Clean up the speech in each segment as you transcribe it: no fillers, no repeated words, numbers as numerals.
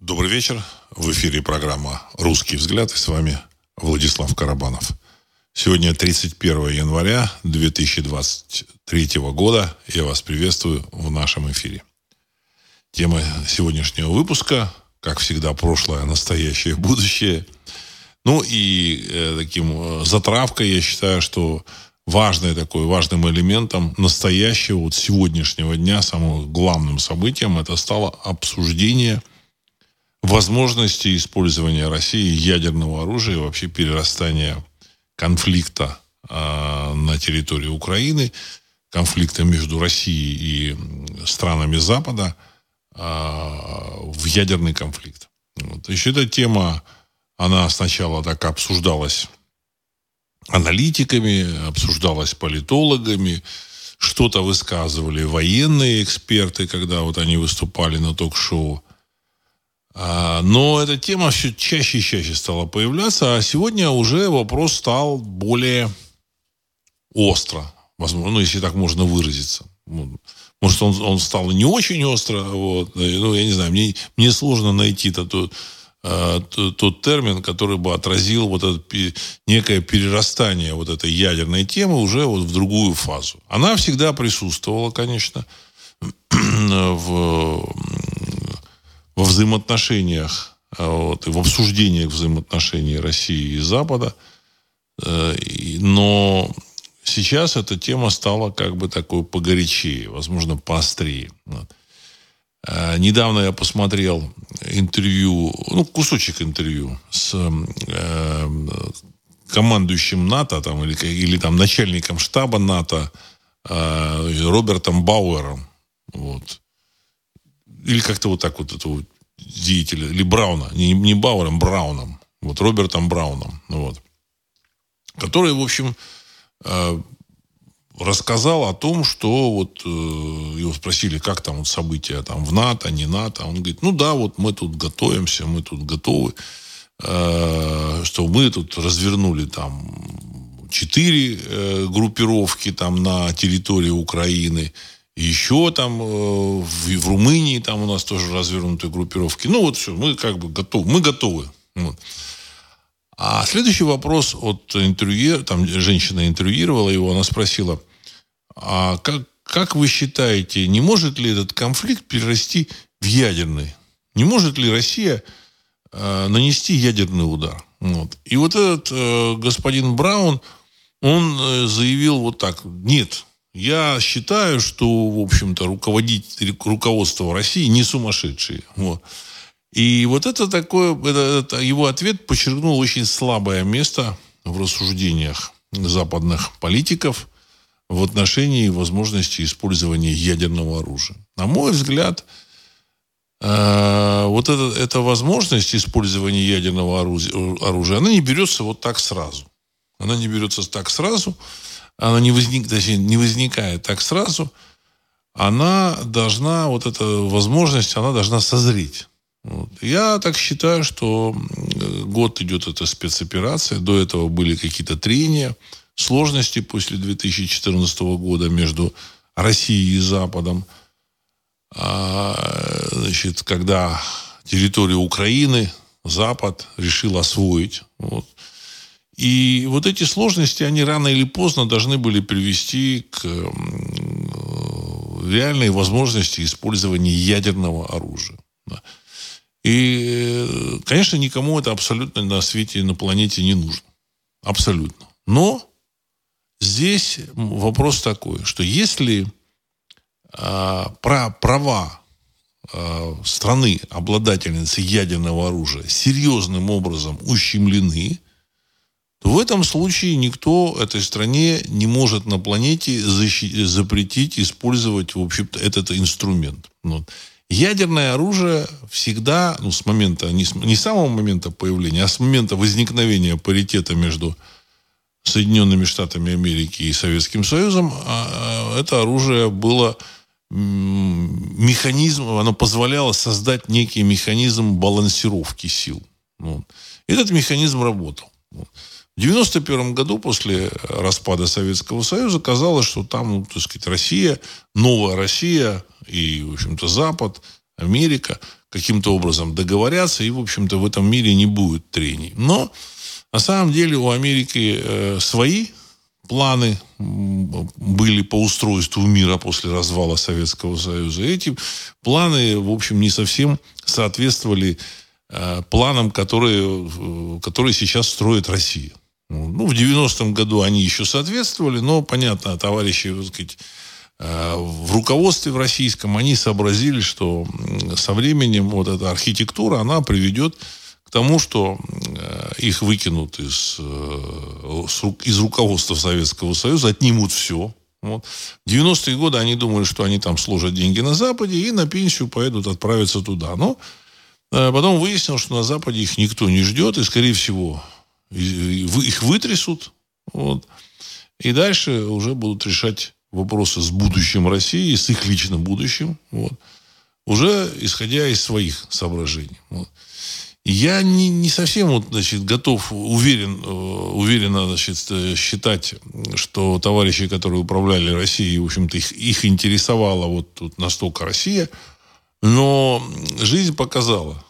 Добрый вечер. В эфире программа «Русский взгляд». И с вами Владислав Карабанов. Сегодня 31 января 2023 года. Я вас приветствую в нашем эфире. Тема сегодняшнего выпуска, как всегда, прошлое, настоящее, будущее. Ну и таким затравкой я считаю, что важным элементом настоящего сегодняшнего дня, самым главным событием, это стало обсуждение возможности использования России ядерного оружия и вообще перерастания конфликта на территории Украины, конфликта между Россией и странами Запада в ядерный конфликт. Вот. Еще эта тема, она сначала так обсуждалась аналитиками, обсуждалась политологами, что-то высказывали военные эксперты, когда вот они выступали на ток-шоу. Но эта тема все чаще и чаще стала появляться, а сегодня уже вопрос стал более остро, возможно, если так можно выразиться. Может, он стал не очень остро, вот, ну, я не знаю, мне сложно найти тот термин, который бы отразил вот это некое перерастание вот этой ядерной темы уже вот в другую фазу. Она всегда присутствовала, конечно, во взаимоотношениях, вот, и в обсуждениях взаимоотношений России и Запада. Но сейчас эта тема стала как бы такой погорячее, возможно, поострее. Вот. Недавно я посмотрел интервью, кусочек интервью с командующим НАТО там, или там начальником штаба НАТО Робертом Бауэром. Вот. Или как-то вот так вот этого деятеля, или Брауна, не Бауэром, Брауном, вот, Робертом Брауном, вот, который, в общем, рассказал о том, что вот его спросили, как там вот события там в НАТО, не НАТО, он говорит, вот мы тут готовимся, мы тут готовы, что мы тут развернули там 4 группировки там на территории Украины. Еще там в Румынии там у нас тоже развернутые группировки. Все, мы как бы готовы. Мы готовы. Вот. А следующий вопрос от интервьюера, там женщина интервьюировала его, она спросила, а как вы считаете, не может ли этот конфликт перерасти в ядерный? Не может ли Россия нанести ядерный удар? Вот. И вот этот господин Браун, он заявил вот так, нет, я считаю, что, в общем-то, руководство России не сумасшедшие. Вот. И вот это его ответ подчеркнул очень слабое место в рассуждениях западных политиков в отношении возможности использования ядерного оружия. На мой взгляд, вот эта возможность использования ядерного оружия, она не берется вот так сразу. Она не берется так сразу. Она не возникает так сразу, она должна, вот эта возможность, она должна созреть. Вот. Я так считаю, что год идет эта спецоперация, до этого были какие-то трения, сложности после 2014 года между Россией и Западом. Когда территорию Украины Запад решил освоить. Вот. И вот эти сложности, они рано или поздно должны были привести к реальной возможности использования ядерного оружия. И, конечно, никому это абсолютно на свете, на планете не нужно. Абсолютно. Но здесь вопрос такой, что если права страны, обладательницы ядерного оружия, серьезным образом ущемлены, то в этом случае никто этой стране не может на планете запретить использовать, в общем-то, этот инструмент. Вот. Ядерное оружие всегда, с момента, не с самого момента появления, а с момента возникновения паритета между Соединенными Штатами Америки и Советским Союзом, это оружие было механизмом, оно позволяло создать некий механизм балансировки сил. Вот. Этот механизм работал. В 1991 году, после распада Советского Союза, казалось, что там, Россия, новая Россия и, в общем-то, Запад, Америка, каким-то образом договорятся, и, в общем-то, в этом мире не будет трений. Но на самом деле у Америки свои планы были по устройству мира после развала Советского Союза. Эти планы, в общем, не совсем соответствовали планам, которые сейчас строит Россия. Ну, в 90-м году они еще соответствовали, но, понятно, товарищи, так сказать, в руководстве в российском, они сообразили, что со временем вот эта архитектура, она приведет к тому, что их выкинут из руководства Советского Союза, отнимут все. Вот. В 90-е годы они думали, что они там сложат деньги на Западе и на пенсию поедут, отправиться туда. Но потом выяснилось, что на Западе их никто не ждет, и, скорее всего, их вытрясут. Вот. И дальше уже будут решать вопросы с будущим России, с их личным будущим. Вот. Уже исходя из своих соображений. Вот. Я не совсем готов, уверенно считать, что товарищи, которые управляли Россией, в общем-то, их интересовала вот тут настолько Россия. Но жизнь показала,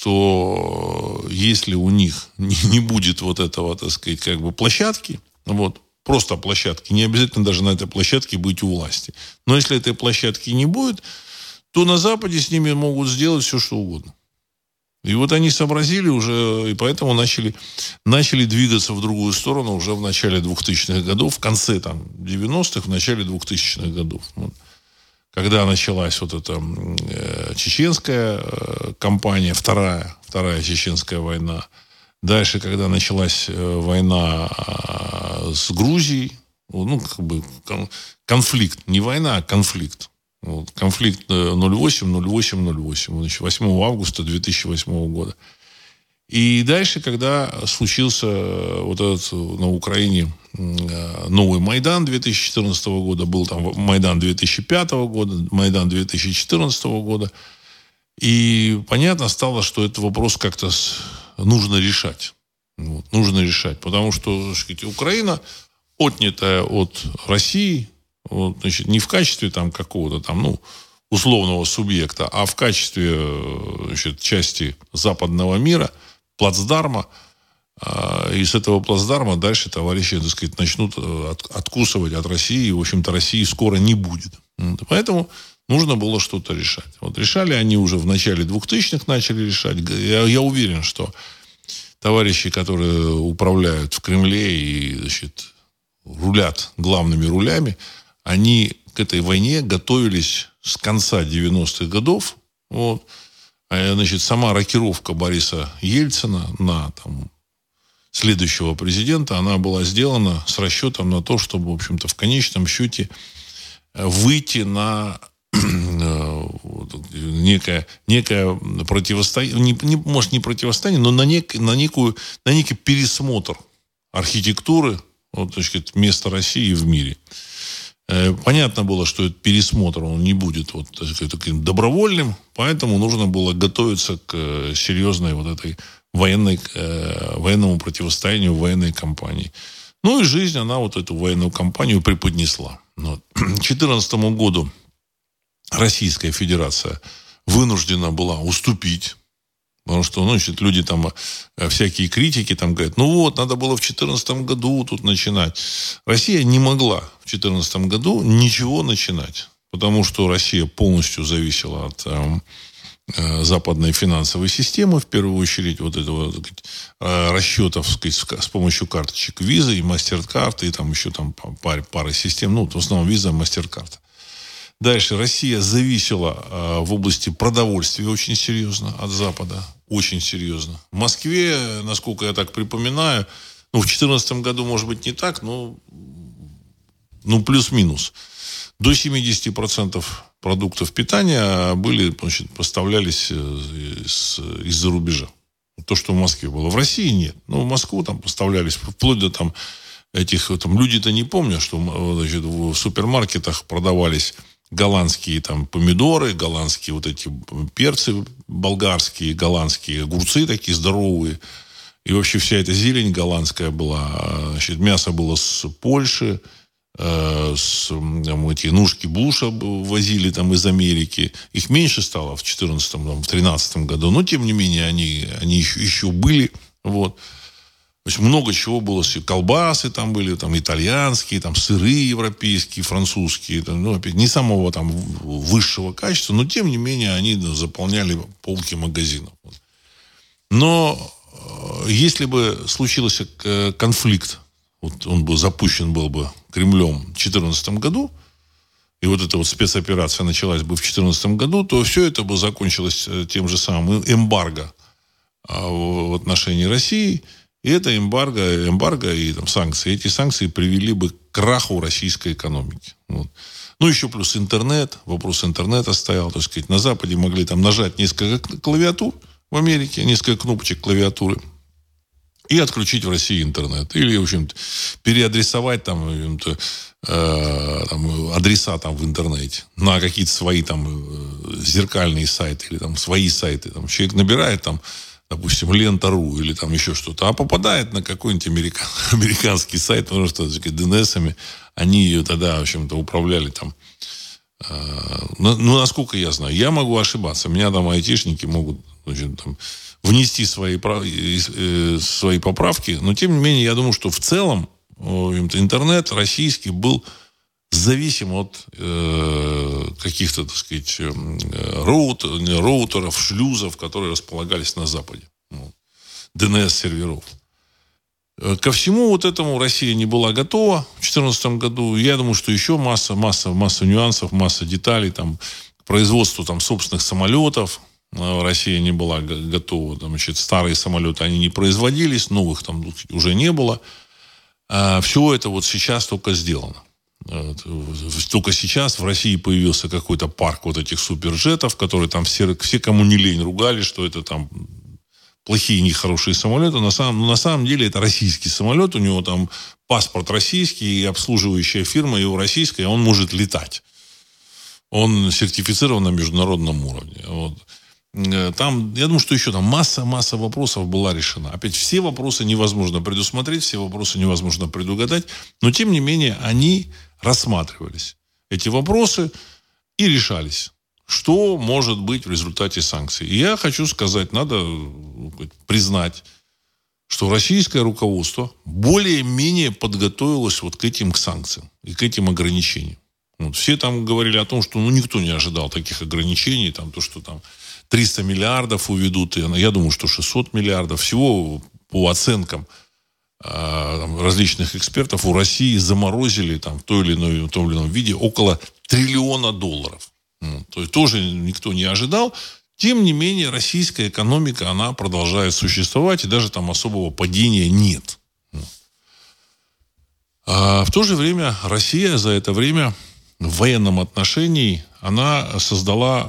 что если у них не будет вот этого, так сказать, как бы площадки, вот, просто площадки, не обязательно даже на этой площадке быть у власти. Но если этой площадки не будет, то на Западе с ними могут сделать все, что угодно. И вот они сообразили уже, и поэтому начали двигаться в другую сторону уже в начале 2000-х годов, в конце 90-х, в начале 2000-х годов. Вот. Когда началась вот эта чеченская кампания, вторая чеченская война. Дальше, когда началась война с Грузией, ну, как бы конфликт, не война, а конфликт. Вот, конфликт 08-08-08, значит, 8 августа 2008 года. И дальше, когда случился вот этот на Украине новый Майдан 2014 года, был там Майдан 2005 года, Майдан 2014 года, и понятно стало, что этот вопрос как-то нужно решать. Вот, нужно решать, потому что, так сказать, Украина, отнятая от России, вот, значит, не в качестве там какого-то там, ну, условного субъекта, а в качестве, значит, части западного мира, плацдарма. И с этого плацдарма дальше товарищи, так сказать, начнут откусывать от России. И, в общем-то, России скоро не будет. Поэтому нужно было что-то решать. Вот решали они уже в начале 2000-х, начали решать. Я уверен, что товарищи, которые управляют в Кремле и, значит, рулят главными рулями, они к этой войне готовились с конца 90-х годов. Вот. Значит, сама рокировка Бориса Ельцина на следующего президента, она была сделана с расчетом на то, чтобы, в общем-то, в конечном счете выйти на некое противостояние, может, не противостояние, но на некий пересмотр архитектуры, вот, значит, места России в мире. Понятно было, что этот пересмотр он не будет вот таким добровольным, поэтому нужно было готовиться к серьезной вот этой военному противостоянию, военной кампании. Ну и жизнь, она вот эту военную кампанию преподнесла. Вот. К 2014 году Российская Федерация вынуждена была уступить. Потому что, значит, люди там, всякие критики там говорят, ну вот, надо было в 2014 году тут начинать. Россия не могла в 2014 году ничего начинать. Потому что Россия полностью зависела от западной финансовой системы, в первую очередь, вот этого, так сказать, расчетов, так сказать, с помощью карточек Visa и MasterCard, и там еще там пары систем, ну, в основном Visa и MasterCard. Дальше Россия зависела в области продовольствия очень серьезно от Запада. Очень серьезно. В Москве, насколько я так припоминаю, ну, в 2014 году, может быть, не так, но плюс-минус. До 70% продуктов питания значит, поставлялись из-за рубежа. То, что в Москве было. В России нет. Но в Москву там поставлялись вплоть до люди-то не помнят, что, значит, в супермаркетах продавались голландские там помидоры, голландские вот эти перцы болгарские, голландские огурцы такие здоровые. И вообще вся эта зелень голландская была. Значит, мясо было с Польши, эти ножки Буша возили там из Америки. Их меньше стало в 2014-2013 году, но тем не менее они еще были. Вот. То есть много чего было. Колбасы там были, там итальянские, там сыры европейские, французские. Там, ну, опять, не самого там высшего качества, но тем не менее они заполняли полки магазинов. Но если бы случился конфликт, вот он был запущен был бы Кремлем в 2014 году, и вот эта вот спецоперация началась бы в 2014 году, то все это бы закончилось тем же самым эмбарго в отношении России. И это эмбарго и там, санкции. Эти санкции привели бы к краху российской экономики. Вот. Ну, еще плюс интернет. Вопрос интернета стоял. Так сказать, на Западе могли там нажать несколько клавиатур, в Америке несколько кнопочек клавиатуры, и отключить в России интернет. Или, в общем-то, переадресовать там, адреса там в интернете на какие-то свои там зеркальные сайты или там свои сайты. Там, человек набирает там, допустим, Лента.ру или там еще что-то, а попадает на какой-нибудь американский сайт, потому что, так сказать, DNS-ами они ее тогда, в общем-то, управляли там. Ну, насколько я знаю. Я могу ошибаться. Меня там айтишники могут, значит, там, внести свои поправки. Но, тем не менее, я думаю, что в целом интернет российский был зависим от каких-то, так сказать, роутеров, шлюзов, которые располагались на Западе. DNS-серверов. Ко всему вот этому Россия не была готова в 2014 году. Я думаю, что еще масса нюансов, масса деталей. Там, к производству там, собственных самолетов Россия не была готова. Там, значит, старые самолеты, они не производились, новых там уже не было. Все это вот сейчас только сделано. Только сейчас в России появился какой-то парк вот этих суперджетов, которые там все кому не лень, ругали, что это там плохие, нехорошие самолеты. На самом деле это российский самолет, у него там паспорт российский, и обслуживающая фирма его российская, он может летать. Он сертифицирован на международном уровне. Вот. Там, я думаю, что еще там масса вопросов была решена. Опять, все вопросы невозможно предусмотреть, все вопросы невозможно предугадать, но, тем не менее, они рассматривались, эти вопросы, и решались. Что может быть в результате санкций? И я хочу сказать, надо признать, что российское руководство более-менее подготовилось вот к этим санкциям и к этим ограничениям. Вот. Все там говорили о том, что никто не ожидал таких ограничений, там, то, что там 300 миллиардов уведут, я думаю, что 600 миллиардов. Всего по оценкам различных экспертов у России заморозили там, в том или ином виде около $1 триллиона. То есть тоже никто не ожидал. Тем не менее, российская экономика, она продолжает существовать, и даже там особого падения нет. А в то же время Россия за это время в военном отношении она создала,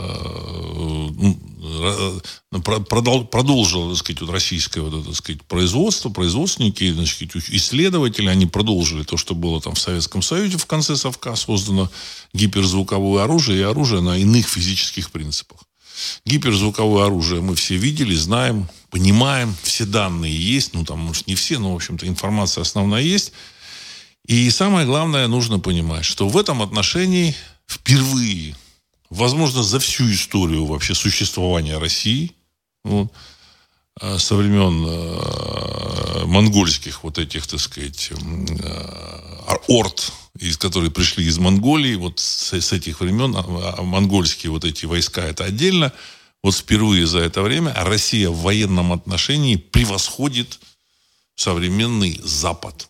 продолжила, так сказать, вот российское вот это, так сказать, производство, производственники, значит, исследователи, они продолжили то, что было там в Советском Союзе в конце совка, создано гиперзвуковое оружие и оружие на иных физических принципах. Гиперзвуковое оружие мы все видели, знаем, понимаем, все данные есть, ну там, может, не все, но, в общем-то, информация основная есть. И самое главное, нужно понимать, что в этом отношении впервые, возможно, за всю историю вообще существования России, вот, со времен монгольских вот этих, так сказать, орд, которые пришли из Монголии, вот с этих времен, монгольские вот эти войска, это отдельно, вот впервые за это время Россия в военном отношении превосходит современный Запад.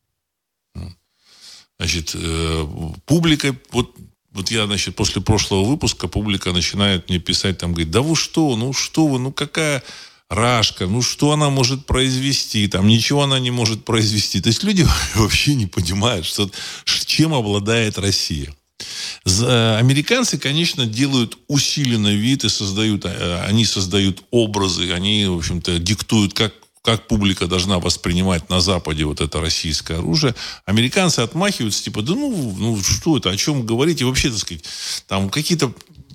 Значит, публика, вот я, значит, после прошлого выпуска публика начинает мне писать, там, говорит, да вы что вы, какая рашка, что она может произвести, там, ничего она не может произвести. То есть люди вообще не понимают, чем обладает Россия. Американцы, конечно, делают усиленный вид и они создают образы, они, в общем-то, диктуют, как публика должна воспринимать на Западе вот это российское оружие. Американцы отмахиваются, типа, да что это, о чем говорить? И вообще, так сказать, там какие-то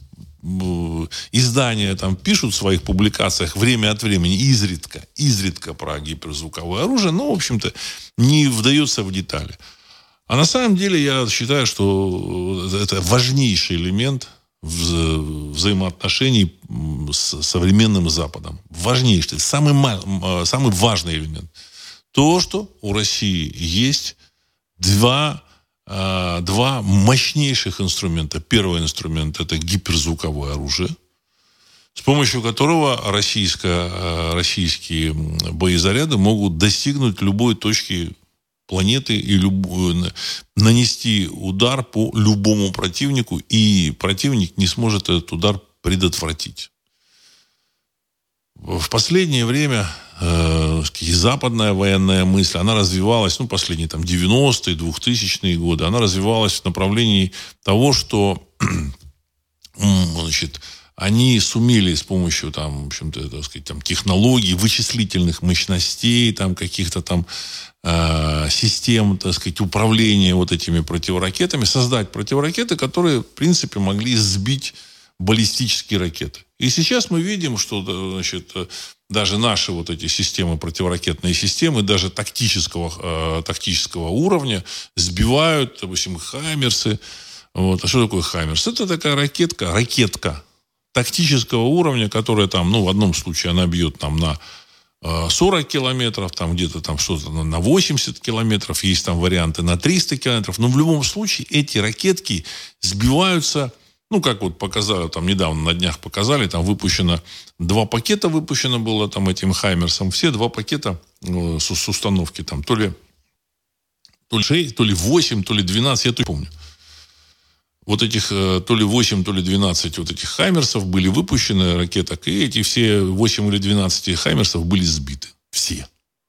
издания там пишут в своих публикациях время от времени, изредка про гиперзвуковое оружие, но, в общем-то, не вдается в детали. А на самом деле я считаю, что это важнейший элемент взаимоотношений с современным Западом. Важнейший, самый важный элемент. То, что у России есть два мощнейших инструмента. Первый инструмент – это гиперзвуковое оружие, с помощью которого российские боезаряды могут достигнуть любой точки планеты и нанести удар по любому противнику, и противник не сможет этот удар предотвратить. В последнее время западная военная мысль, она развивалась, последние 90-е, 2000-е годы, она развивалась в направлении того, что они сумели с помощью технологий, вычислительных мощностей, каких-то систем, управления вот этими противоракетами, создать противоракеты, которые, в принципе, могли сбить баллистические ракеты. И сейчас мы видим, что, даже наши вот эти системы, противоракетные системы, даже тактического уровня сбивают, допустим, «Хаймерсы». Вот. А что такое «Хаймерс»? Это такая ракетка тактического уровня, которая в одном случае она бьет на 40 километров, где-то что-то на 80 километров, есть варианты на 300 километров, но в любом случае эти ракетки сбиваются, как вот показали, недавно на днях показали, выпущено 2 пакета было этим «Хаймерсом», все 2 пакета с установки, то ли 6, то ли 8, то ли 12, я не помню. Вот этих то ли 8, то ли 12 вот этих «Хаймерсов» были выпущены ракеток, и эти все 8 или 12 «Хаймерсов» были сбиты. Все.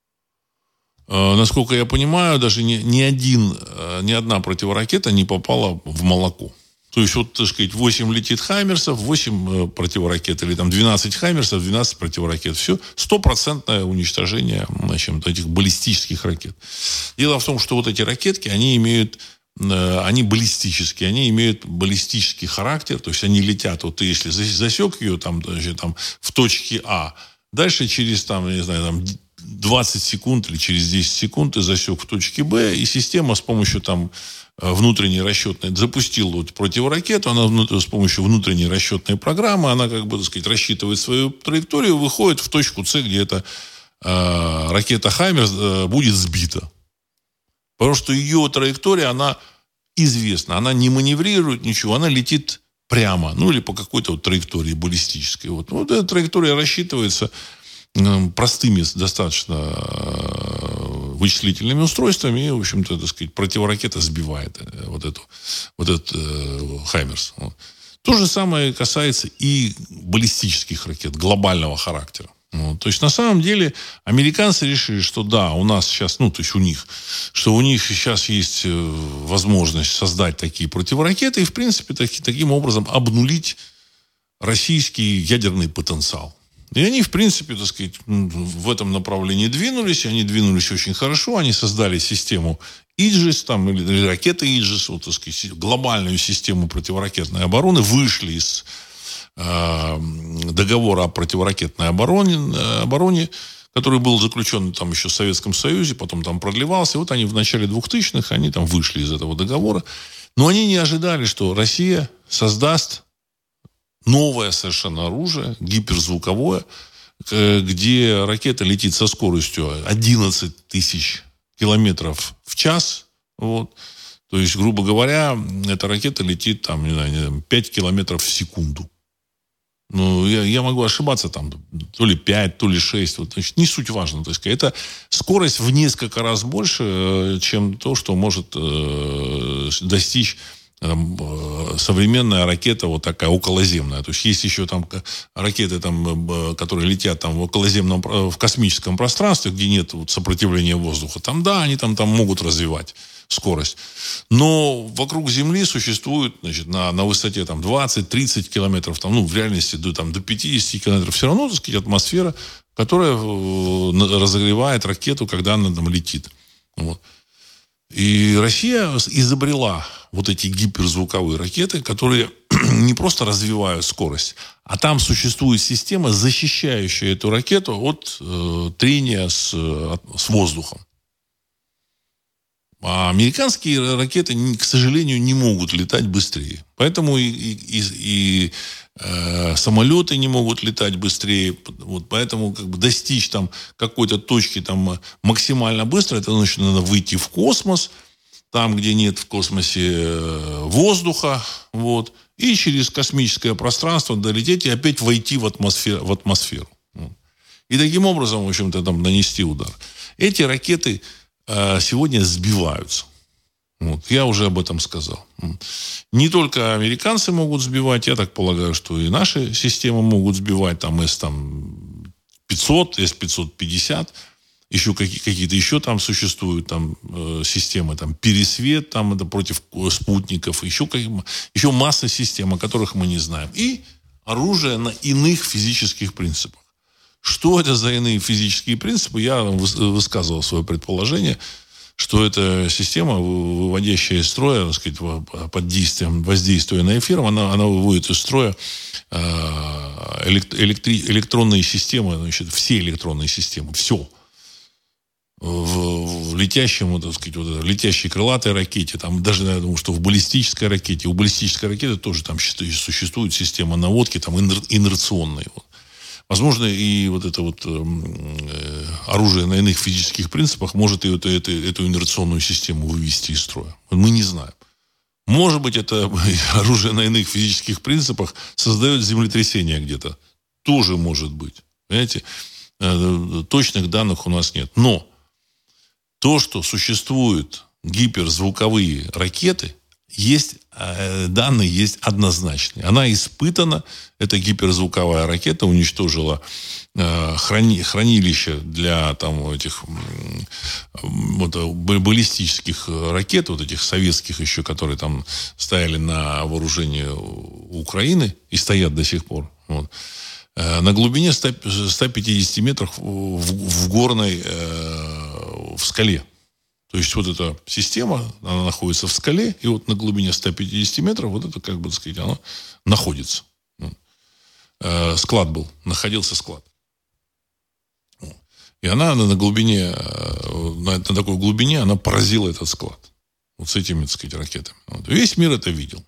Насколько я понимаю, даже ни одна противоракета не попала в молоко. То есть, 8 летит «Хаймерсов», 8 противоракет, или 12 «Хаймерсов», 12 противоракет. Все, 100% уничтожение, этих баллистических ракет. Дело в том, что вот эти ракетки, они баллистические, они имеют баллистический характер, то есть они летят, вот ты если засек ее в точке А, дальше через 20 секунд или через 10 секунд ты засек в точке Б, и система с помощью внутренней расчетной запустила противоракету, она с помощью внутренней расчетной программы, она рассчитывает свою траекторию, выходит в точку С, где эта ракета «Хаймерс» будет сбита. Потому что ее траектория, она известна. Она не маневрирует ничего, она летит прямо. Или по какой-то траектории баллистической. Вот эта траектория рассчитывается простыми достаточно вычислительными устройствами. И, в общем-то, противоракета сбивает этот «Хаймерс». То же самое касается и баллистических ракет глобального характера. То есть, на самом деле, американцы решили, что да, у нас сейчас, у них сейчас есть возможность создать такие противоракеты и, в принципе, таким образом обнулить российский ядерный потенциал. И они, в принципе, в этом направлении двинулись, и они двинулись очень хорошо, они создали систему «Иджис», или ракеты «Иджис», глобальную систему противоракетной обороны, вышли из договора о противоракетной обороне, который был заключен еще в Советском Союзе, потом продлевался. Вот они в начале 2000-х, они вышли из этого договора. Но они не ожидали, что Россия создаст новое совершенно оружие, гиперзвуковое, где ракета летит со скоростью 11 тысяч километров в час. Вот. То есть, грубо говоря, эта ракета летит 5 километров в секунду. Я могу ошибаться, то ли 5, то ли 6. Значит, не суть важно. То есть, это скорость в несколько раз больше, чем то, что может достичь современная ракета такая околоземная. То есть, есть еще ракеты, которые летят в космическом пространстве, где нет сопротивления воздуха. Они могут развивать скорость. Но вокруг Земли существует, на высоте 20-30 километров, в реальности до 50 километров, все равно, атмосфера, которая разогревает ракету, когда она летит. Вот. И Россия изобрела эти гиперзвуковые ракеты, которые не просто развивают скорость, а там существует система, защищающая эту ракету от трения с воздухом. А американские ракеты, к сожалению, не могут летать быстрее. Поэтому и самолеты не могут летать быстрее. Вот поэтому достичь там какой-то точки там максимально быстро, это значит, надо выйти в космос, там, где нет в космосе воздуха, вот, и через космическое пространство долететь и опять войти в атмосферу. Вот. И таким образом, в общем-то, там нанести удар. Эти ракеты сегодня сбиваются. Вот. Я уже об этом сказал. Не только американцы могут сбивать, я так полагаю, что и наши системы могут сбивать. Там С-500, С-550, еще какие-то еще там существуют там, системы, там Пересвет, там это против спутников, еще масса систем, о которых мы не знаем. И оружие на иных физических принципах. Что это за иные физические принципы? Я высказывал свое предположение, что это система, выводящая из строя, так сказать, под воздействия на эфир, она выводит из строя электронные системы, значит, все электронные системы, все. В летящем, так сказать, летящей крылатой ракете, там даже, я думаю, что в баллистической ракете, у баллистической ракеты тоже там существует система наводки, там инерционной. Вот. Возможно, и вот это вот оружие на иных физических принципах может и эту инерционную систему вывести из строя. Мы не знаем. Может быть, это оружие на иных физических принципах создает землетрясение где-то. Тоже может быть. Понимаете? Точных данных у нас нет. Но то, что существуют гиперзвуковые ракеты, данные есть однозначные. Она испытана, эта гиперзвуковая ракета уничтожила хранилище для там, этих баллистических ракет, вот этих советских еще, которые там стояли на вооружении Украины и стоят до сих пор. Вот. На глубине 150 метров в горной, в скале. То есть вот эта система, она находится в скале, и вот на глубине 150 метров вот это, как бы сказать, она находится. Склад находился склад. И она на глубине, на такой глубине, она поразила этот склад. Вот с этими, так сказать, ракетами. Вот. Весь мир это видел.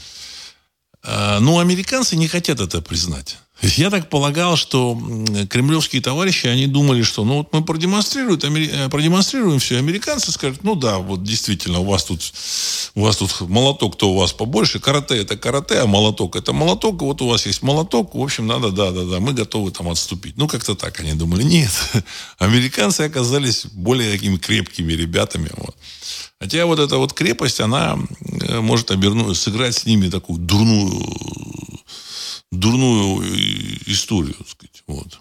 Но американцы не хотят это признать. Я так полагал, что кремлевские товарищи, они думали, что ну вот мы продемонстрируем все, американцы скажут, ну да, вот действительно, у вас тут молоток, то у вас побольше, карате это карате, а молоток это молоток, вот у вас есть молоток, в общем, надо, да, мы готовы там отступить. Ну, как-то так они думали. Нет, американцы оказались более такими крепкими ребятами. Вот. Хотя вот эта вот крепость, она может сыграть с ними такую дурную историю, так сказать, вот.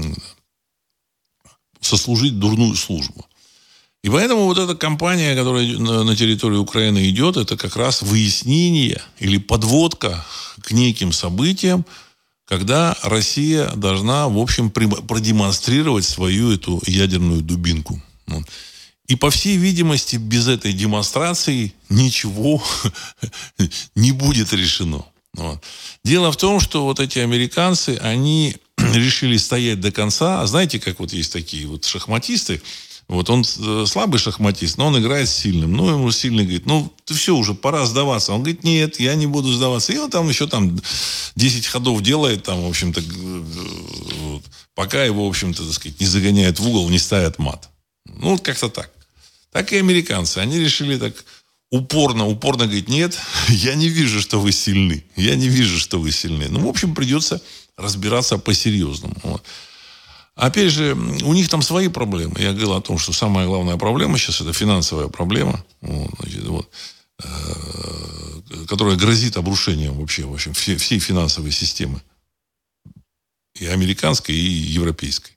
Сослужить дурную службу. И поэтому вот эта кампания, которая на территории Украины идет, это как раз выяснение или подводка к неким событиям, когда Россия должна, в общем, продемонстрировать свою эту ядерную дубинку. И, по всей видимости, без этой демонстрации ничего не будет решено. Вот. Дело в том, что вот эти американцы, они решили стоять до конца. А знаете, как вот есть такие вот шахматисты, вот он слабый шахматист, но он играет с сильным. Ну, ему сильный говорит, ну, ты все, уже пора сдаваться. Он говорит, нет, я не буду сдаваться. И он там еще 10 ходов делает, там, в общем-то, вот, пока его, в общем-то, так сказать, не загоняют в угол, не ставят мат. Ну, вот как-то так. Так и американцы. Они решили так упорно говорить, нет, я не вижу, что вы сильны. Я не вижу, что вы сильны. Ну, в общем, придется разбираться по-серьезному. Вот. Опять же, у них там свои проблемы. Я говорил о том, что самая главная проблема сейчас это финансовая проблема, которая грозит обрушением вообще в общем, всей финансовой системы. И американской, и европейской.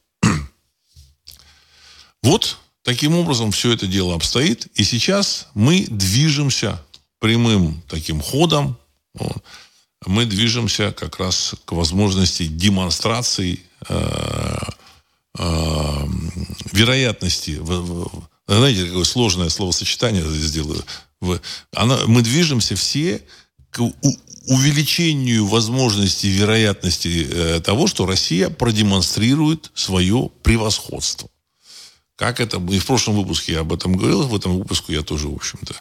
Вот таким образом все это дело обстоит. И сейчас мы движемся прямым таким ходом. Мы движемся как раз к возможности демонстрации вероятности. Знаете, какое сложное словосочетание сделаю. Мы движемся все к увеличению возможности вероятности того, что Россия продемонстрирует свое превосходство. Как это... И в прошлом выпуске я об этом говорил, в этом выпуске я тоже, в общем-то,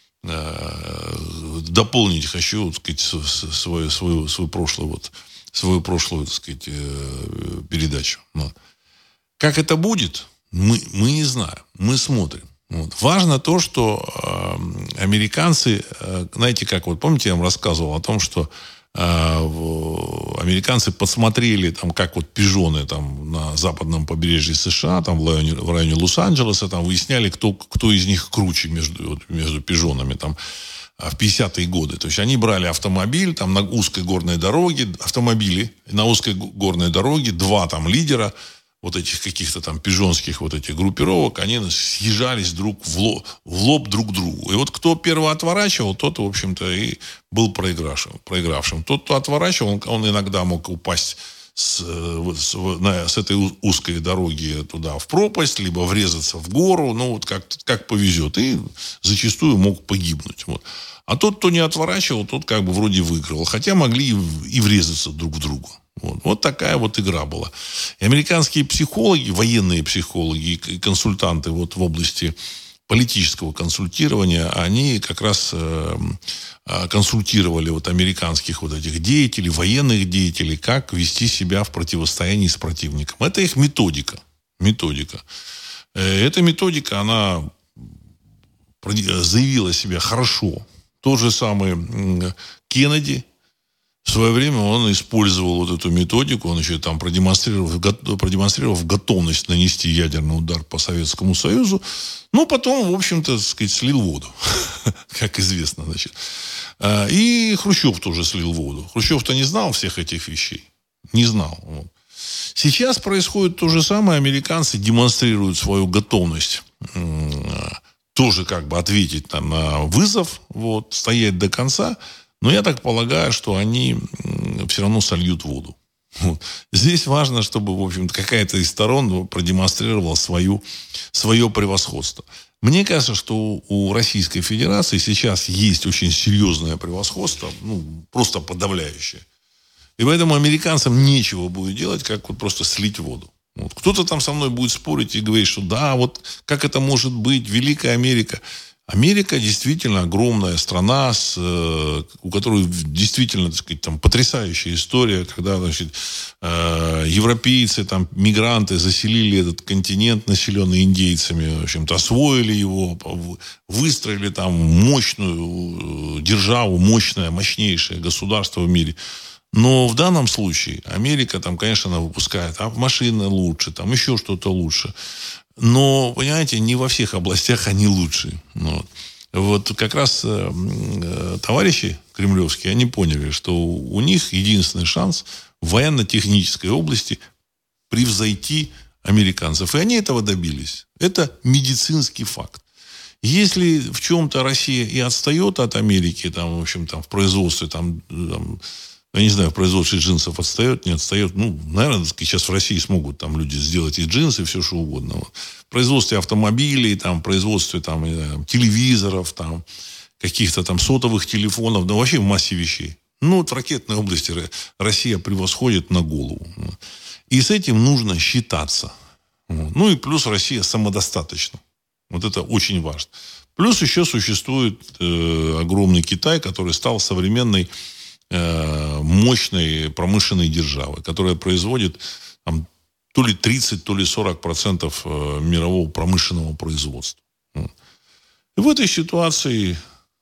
дополнить хочу, так сказать, свою прошлую, так сказать, передачу. Но как это будет, мы не знаем. Мы смотрим. Вот. Важно то, что американцы, знаете, как вот помните, я вам рассказывал о том, что американцы подсмотрели, там, как вот пижоны там, на западном побережье США, там, в районе Лос-Анджелеса, там, выясняли, кто из них круче между пижонами там, в 50-е годы. То есть они брали автомобиль там, на узкой горной дороге, на узкой горной дороге, два там лидера вот этих каких-то там пижонских вот этих группировок, они съезжались в лоб друг к другу. И вот кто первый отворачивал, тот, в общем-то, и был проигравшим. Тот, кто отворачивал, он иногда мог упасть с этой узкой дороги туда в пропасть, либо врезаться в гору, ну, вот как повезет. И зачастую мог погибнуть. Вот. А тот, кто не отворачивал, тот как бы вроде выиграл. Хотя могли и врезаться друг в друга. Вот такая вот игра была. И американские психологи, военные психологи и консультанты вот в области политического консультирования, они как раз консультировали вот американских вот этих деятелей, военных деятелей, как вести себя в противостоянии с противником. Это их методика. Эта методика, она заявила себя хорошо. Тот же самый Кеннеди, в свое время он использовал вот эту методику, он еще там продемонстрировав готовность нанести ядерный удар по Советскому Союзу, но потом, в общем-то, так сказать, слил воду, как известно, значит. И Хрущев тоже слил воду. Хрущев-то не знал всех этих вещей. Не знал. Вот. Сейчас происходит то же самое. Американцы демонстрируют свою готовность тоже как бы ответить на вызов, вот, стоять до конца. Но я так полагаю, что они все равно сольют воду. Вот. Здесь важно, чтобы, в общем-то, какая-то из сторон продемонстрировала свое превосходство. Мне кажется, что у Российской Федерации сейчас есть очень серьезное превосходство, просто подавляющее. И поэтому американцам нечего будет делать, как вот просто слить воду. Вот. Кто-то там со мной будет спорить и говорить, что да, вот как это может быть, Великая Америка. Америка действительно огромная страна, у которой действительно, так сказать, там, потрясающая история, когда, значит, европейцы, там, мигранты заселили этот континент, населенный индейцами, в общем-то, освоили его, выстроили там мощную державу, мощнейшее государство в мире. Но в данном случае Америка, там, конечно, она выпускает машины лучше, там еще что-то лучше. Но, понимаете, не во всех областях они лучшие. Вот как раз товарищи кремлевские, они поняли, что у них единственный шанс в военно-технической области превзойти американцев. И они этого добились. Это медицинский факт. Если в чем-то Россия и отстает от Америки, там, в общем, там, в производстве, я не знаю, в производстве джинсов отстает, не отстает. Наверное, сейчас в России смогут там люди сделать и джинсы, и все что угодно. Вот. В производстве автомобилей, там, в производстве там, телевизоров, там, каких-то там сотовых телефонов, вообще в массе вещей. Вот в ракетной области Россия превосходит на голову. И с этим нужно считаться. И плюс Россия самодостаточна. Вот это очень важно. Плюс еще существует огромный Китай, который стал современной мощной промышленной державы, которая производит там, то ли 30, то ли 40% мирового промышленного производства. И в этой ситуации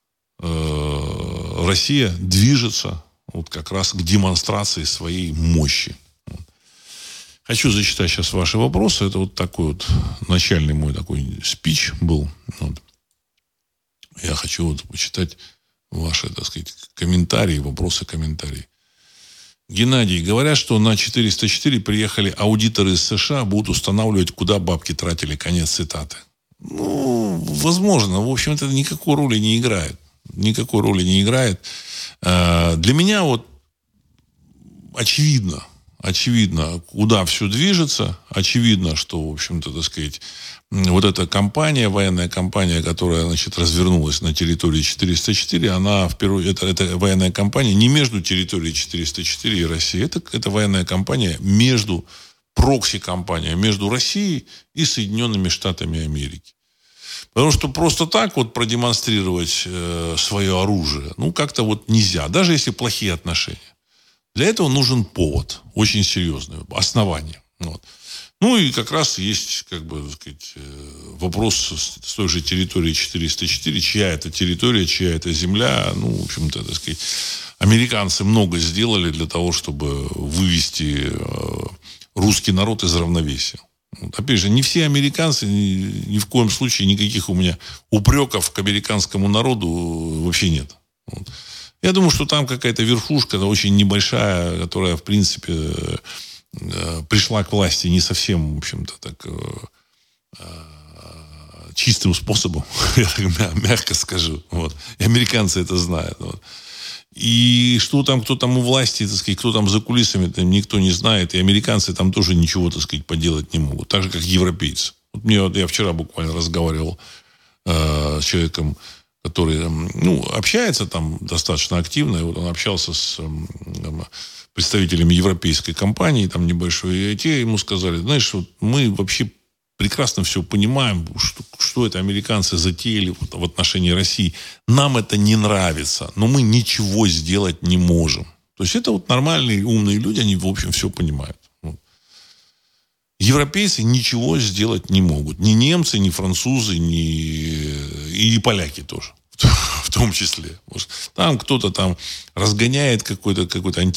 Россия движется вот как раз к демонстрации своей мощи. Хочу зачитать сейчас ваши вопросы. Это вот такой вот начальный мой такой спич был. Вот. Я хочу вот почитать ваши, так сказать, комментарии, вопросы-комментарии. Геннадий, говорят, что на 404 приехали аудиторы из США, будут устанавливать, куда бабки тратили. Конец цитаты. Возможно. В общем, это никакой роли не играет. Никакой роли не играет. Для меня вот очевидно, куда все движется. Очевидно, что, в общем-то, так сказать, вот эта компания, военная компания, которая, значит, развернулась на территории 404, она, это военная компания не между территорией 404 и Россией. Это военная компания между прокси-компания между Россией и Соединенными Штатами Америки. Потому что просто так вот продемонстрировать свое оружие, как-то вот нельзя, даже если плохие отношения. Для этого нужен повод, очень серьезный, основание. Вот. И как раз есть, вопрос с той же территории 404, чья это территория, чья это земля. В общем-то, американцы много сделали для того, чтобы вывести русский народ из равновесия. Опять же, не все американцы, ни в коем случае никаких у меня упреков к американскому народу вообще нет. Я думаю, что там какая-то верхушка, очень небольшая, которая, в принципе, пришла к власти не совсем, в общем-то, так чистым способом, я так мягко скажу. Вот. И американцы это знают. Вот. И что там, кто там у власти, кто там за кулисами, никто не знает. И американцы там тоже ничего, поделать не могут. Так же, как европейцы. Я вчера буквально разговаривал с человеком, который, общается там достаточно активно. И вот он общался с представителями европейской компании, там небольшой, и те ему сказали, знаешь, мы вообще прекрасно все понимаем, что это американцы затеяли в отношении России. Нам это не нравится, но мы ничего сделать не можем. То есть это нормальные, умные люди, они, в общем, все понимают. Европейцы ничего сделать не могут. Ни немцы, ни французы, и поляки тоже. В том числе. Там кто-то там разгоняет какой-то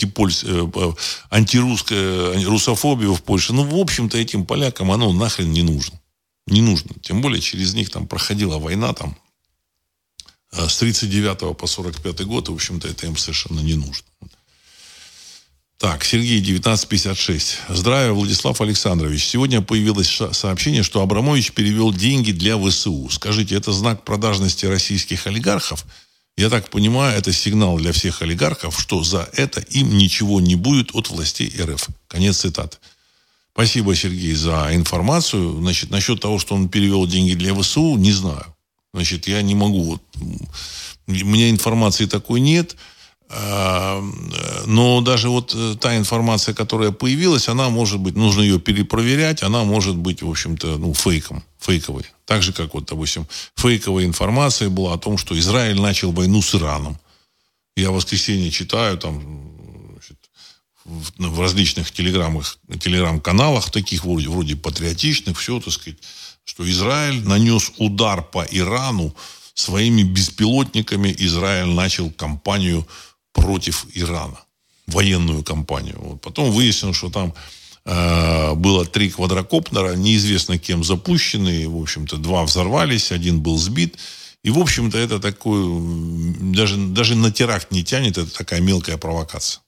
антирусскую русофобию в Польше. В общем-то, этим полякам оно нахрен не нужно. Не нужно. Тем более, через них там проходила война там с 39 по 45 год. В общем-то, это им совершенно не нужно. Так, Сергей, 1956. Здравия, Владислав Александрович. Сегодня появилось сообщение, что Абрамович перевел деньги для ВСУ. Скажите, это знак продажности российских олигархов? Я так понимаю, это сигнал для всех олигархов, что за это им ничего не будет от властей РФ. Конец цитаты. Спасибо, Сергей, за информацию. Насчет того, что он перевел деньги для ВСУ, не знаю. Я не могу. У меня информации такой нет. Но даже та информация, которая появилась, она может быть, нужно ее перепроверять, она может быть, в общем-то, фейковой. Так же, как, допустим, фейковая информация была о том, что Израиль начал войну с Ираном. Я в воскресенье читаю в различных телеграм-каналах, таких вроде патриотичных, все, что Израиль нанес удар по Ирану своими беспилотниками. Израиль начал кампанию против Ирана. Военную кампанию. Потом выяснилось, что там было 3 квадрокоптера, неизвестно кем запущенные. В общем-то, 2 взорвались, 1 был сбит. И, в общем-то, это такой... Даже на теракт не тянет. Это такая мелкая провокация.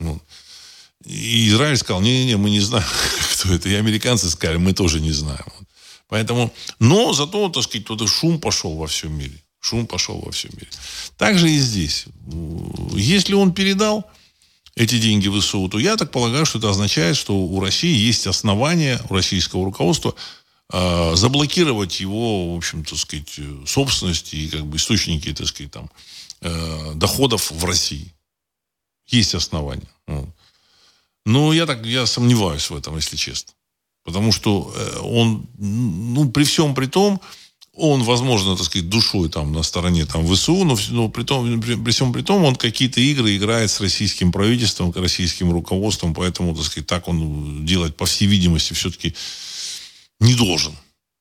И Израиль сказал, не-не-не, мы не знаем, кто это. И американцы сказали, мы тоже не знаем. Поэтому... Но зато, шум пошел во всем мире. Так же и здесь. Если он передал эти деньги в ВСУ, то я так полагаю, что это означает, что у России есть основания, у российского руководства заблокировать его, в общем-то, собственность и источники, доходов в России. Есть основания. Но я сомневаюсь в этом, если честно. Потому что он, при всем при том, он, возможно, душой на стороне ВСУ, но при всем при том, он какие-то игры играет с российским правительством, российским руководством, поэтому, так он делать, по всей видимости, все-таки не должен.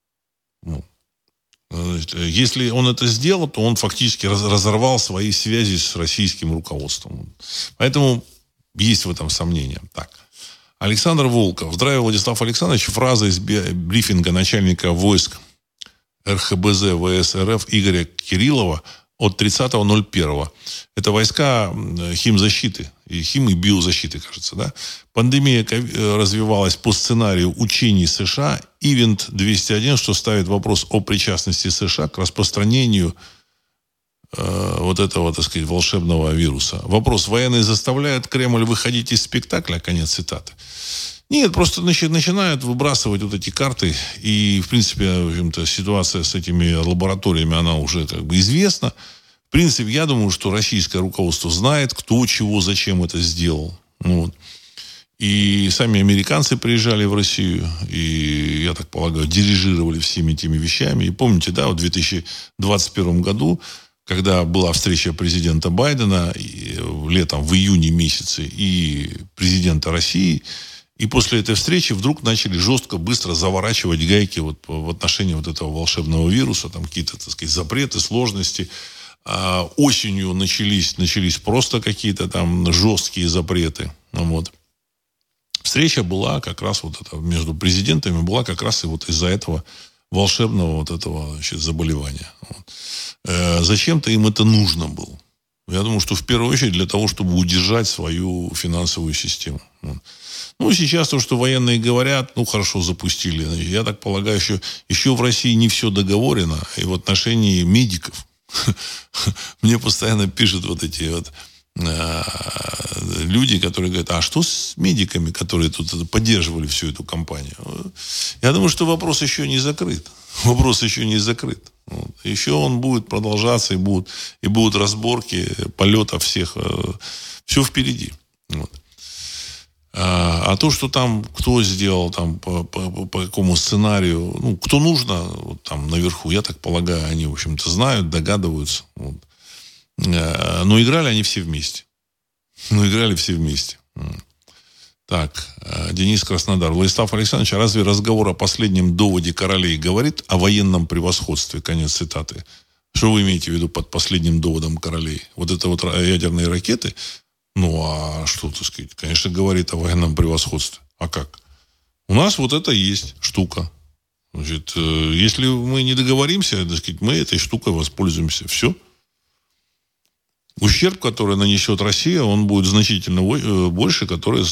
Если он это сделал, то он фактически разорвал свои связи с российским руководством. Поэтому есть в этом сомнения. Так. Александр Волков. Здравия, Владислав Александрович. Фраза из брифинга начальника войск РХБЗ ВС РФ Игоря Кириллова от 30.01. Это войска химзащиты, и биозащиты, кажется, да? Пандемия развивалась по сценарию учений США. Ивент 201, что ставит вопрос о причастности США к распространению этого, волшебного вируса. Вопрос: военные заставляют Кремль выходить из спектакля? Конец цитаты. Нет, просто начинают выбрасывать эти карты. И, в принципе, в общем-то, ситуация с этими лабораториями, она уже известна. В принципе, я думаю, что российское руководство знает, кто, чего, зачем это сделал. И сами американцы приезжали в Россию, и, я так полагаю, дирижировали всеми этими вещами. И помните, да, в 2021 году, когда была встреча президента Байдена летом, в июне месяце, и президента России, и после этой встречи вдруг начали жестко, быстро заворачивать гайки вот в отношении вот этого волшебного вируса, там какие-то, так сказать, запреты, сложности. А осенью начались просто какие-то там жесткие запреты. Вот. Встреча была как раз вот это, между президентами была как раз и вот из-за этого волшебного вот этого, значит, заболевания. Вот. Зачем-то им это нужно было. Я думаю, что в первую очередь для того, чтобы удержать свою финансовую систему. Вот. Ну, сейчас то, что военные говорят, ну, хорошо запустили. Я так полагаю, еще в России не все договорено. И в отношении медиков мне постоянно пишут вот эти вот люди, которые говорят, а что с медиками, которые тут поддерживали всю эту кампанию? Я думаю, что вопрос еще не закрыт. Вопрос еще не закрыт. Вот. Еще он будет продолжаться, и будут разборки полетов всех. Все впереди. Вот. А то, что там кто сделал, там по какому сценарию, ну, кто нужно, вот там наверху, я так полагаю, они, в общем-то, знают, догадываются. Вот. Но играли они все вместе. Так, Денис Краснодар. Владислав Александрович, а разве разговор о последнем доводе королей говорит о военном превосходстве? Конец цитаты. Что вы имеете в виду под последним доводом королей? Вот это вот ядерные ракеты? Ну, а что, так сказать, конечно, говорит о военном превосходстве. А как? У нас вот это есть штука. Значит, если мы не договоримся, так сказать, мы этой штукой воспользуемся. Все. Ущерб, который нанесет Россия, он будет значительно больше, который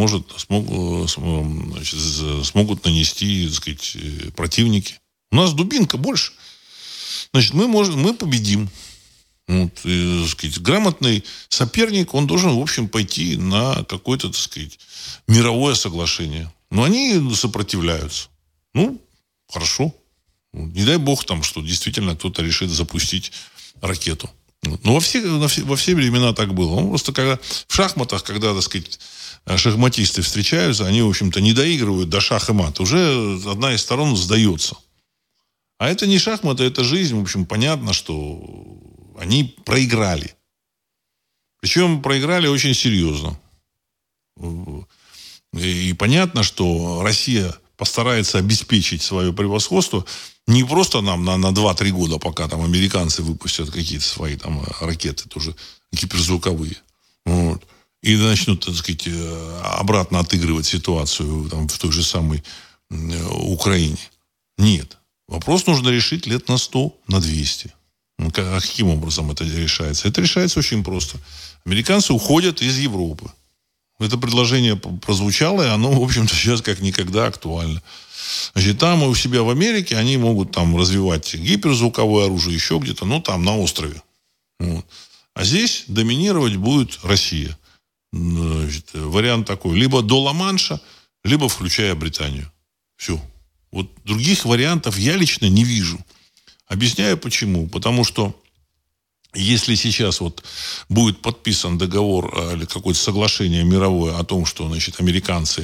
смогут нанести, так сказать, противники. У нас дубинка больше. Значит, мы победим. Вот, и, так сказать, грамотный соперник, он должен, в общем, пойти на какое-то, так сказать, мировое соглашение. Но они сопротивляются. Ну, хорошо. Не дай бог там, что действительно кто-то решит запустить ракету. Ну, во все времена так было. Ну, просто когда в шахматах, когда, так сказать, шахматисты встречаются, они, в общем-то, не доигрывают до шах и мат. Уже одна из сторон сдается. А это не шахматы, это жизнь. В общем, понятно, что они проиграли. Причем проиграли очень серьезно. И понятно, что Россия постарается обеспечить свое превосходство не просто нам на 2-3 года, пока там американцы выпустят какие-то свои там ракеты, тоже гиперзвуковые. Вот. И начнут, так сказать, обратно отыгрывать ситуацию там, в той же самой Украине. Нет. Вопрос нужно решить лет на 100, на 200. Ну, а каким образом это решается? Это решается очень просто. Американцы уходят из Европы. Это предложение прозвучало, и оно, в общем-то, сейчас как никогда актуально. Значит, там у себя в Америке они могут там развивать гиперзвуковое оружие, еще где-то, ну, там, на острове. Вот. А здесь доминировать будет Россия. Значит, вариант такой. Либо до Ла-Манша, либо включая Британию. Все. Вот других вариантов я лично не вижу. Объясняю почему. Потому что если сейчас вот будет подписан договор или какое-то соглашение мировое о том, что, значит, американцы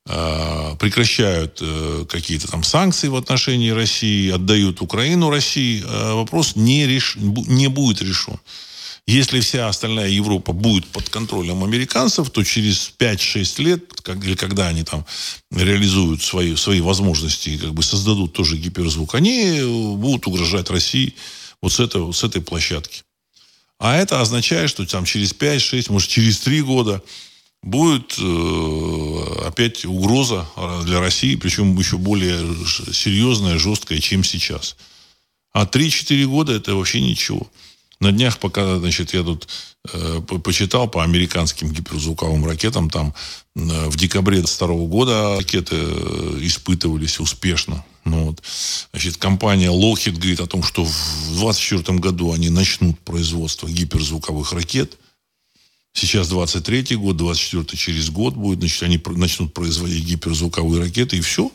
прекращают какие-то там санкции в отношении России, отдают Украину России, вопрос не будет решен. Если вся остальная Европа будет под контролем американцев, то через 5-6 лет, или когда они там реализуют свои возможности и как бы создадут тоже гиперзвук, они будут угрожать России вот с этой площадки. А это означает, что там через 5-6, может, через 3 года будет опять угроза для России, причем еще более серьезная, жесткая, чем сейчас. А 3-4 года это вообще ничего. На днях, пока, значит, я тут почитал по американским гиперзвуковым ракетам, там в декабре 2022 года ракеты испытывались успешно. Ну, вот. Значит, компания Lockheed говорит о том, что в 2024 году они начнут производство гиперзвуковых ракет. Сейчас 23-й год, 24-й через год будет, значит, они начнут производить гиперзвуковые ракеты, и все.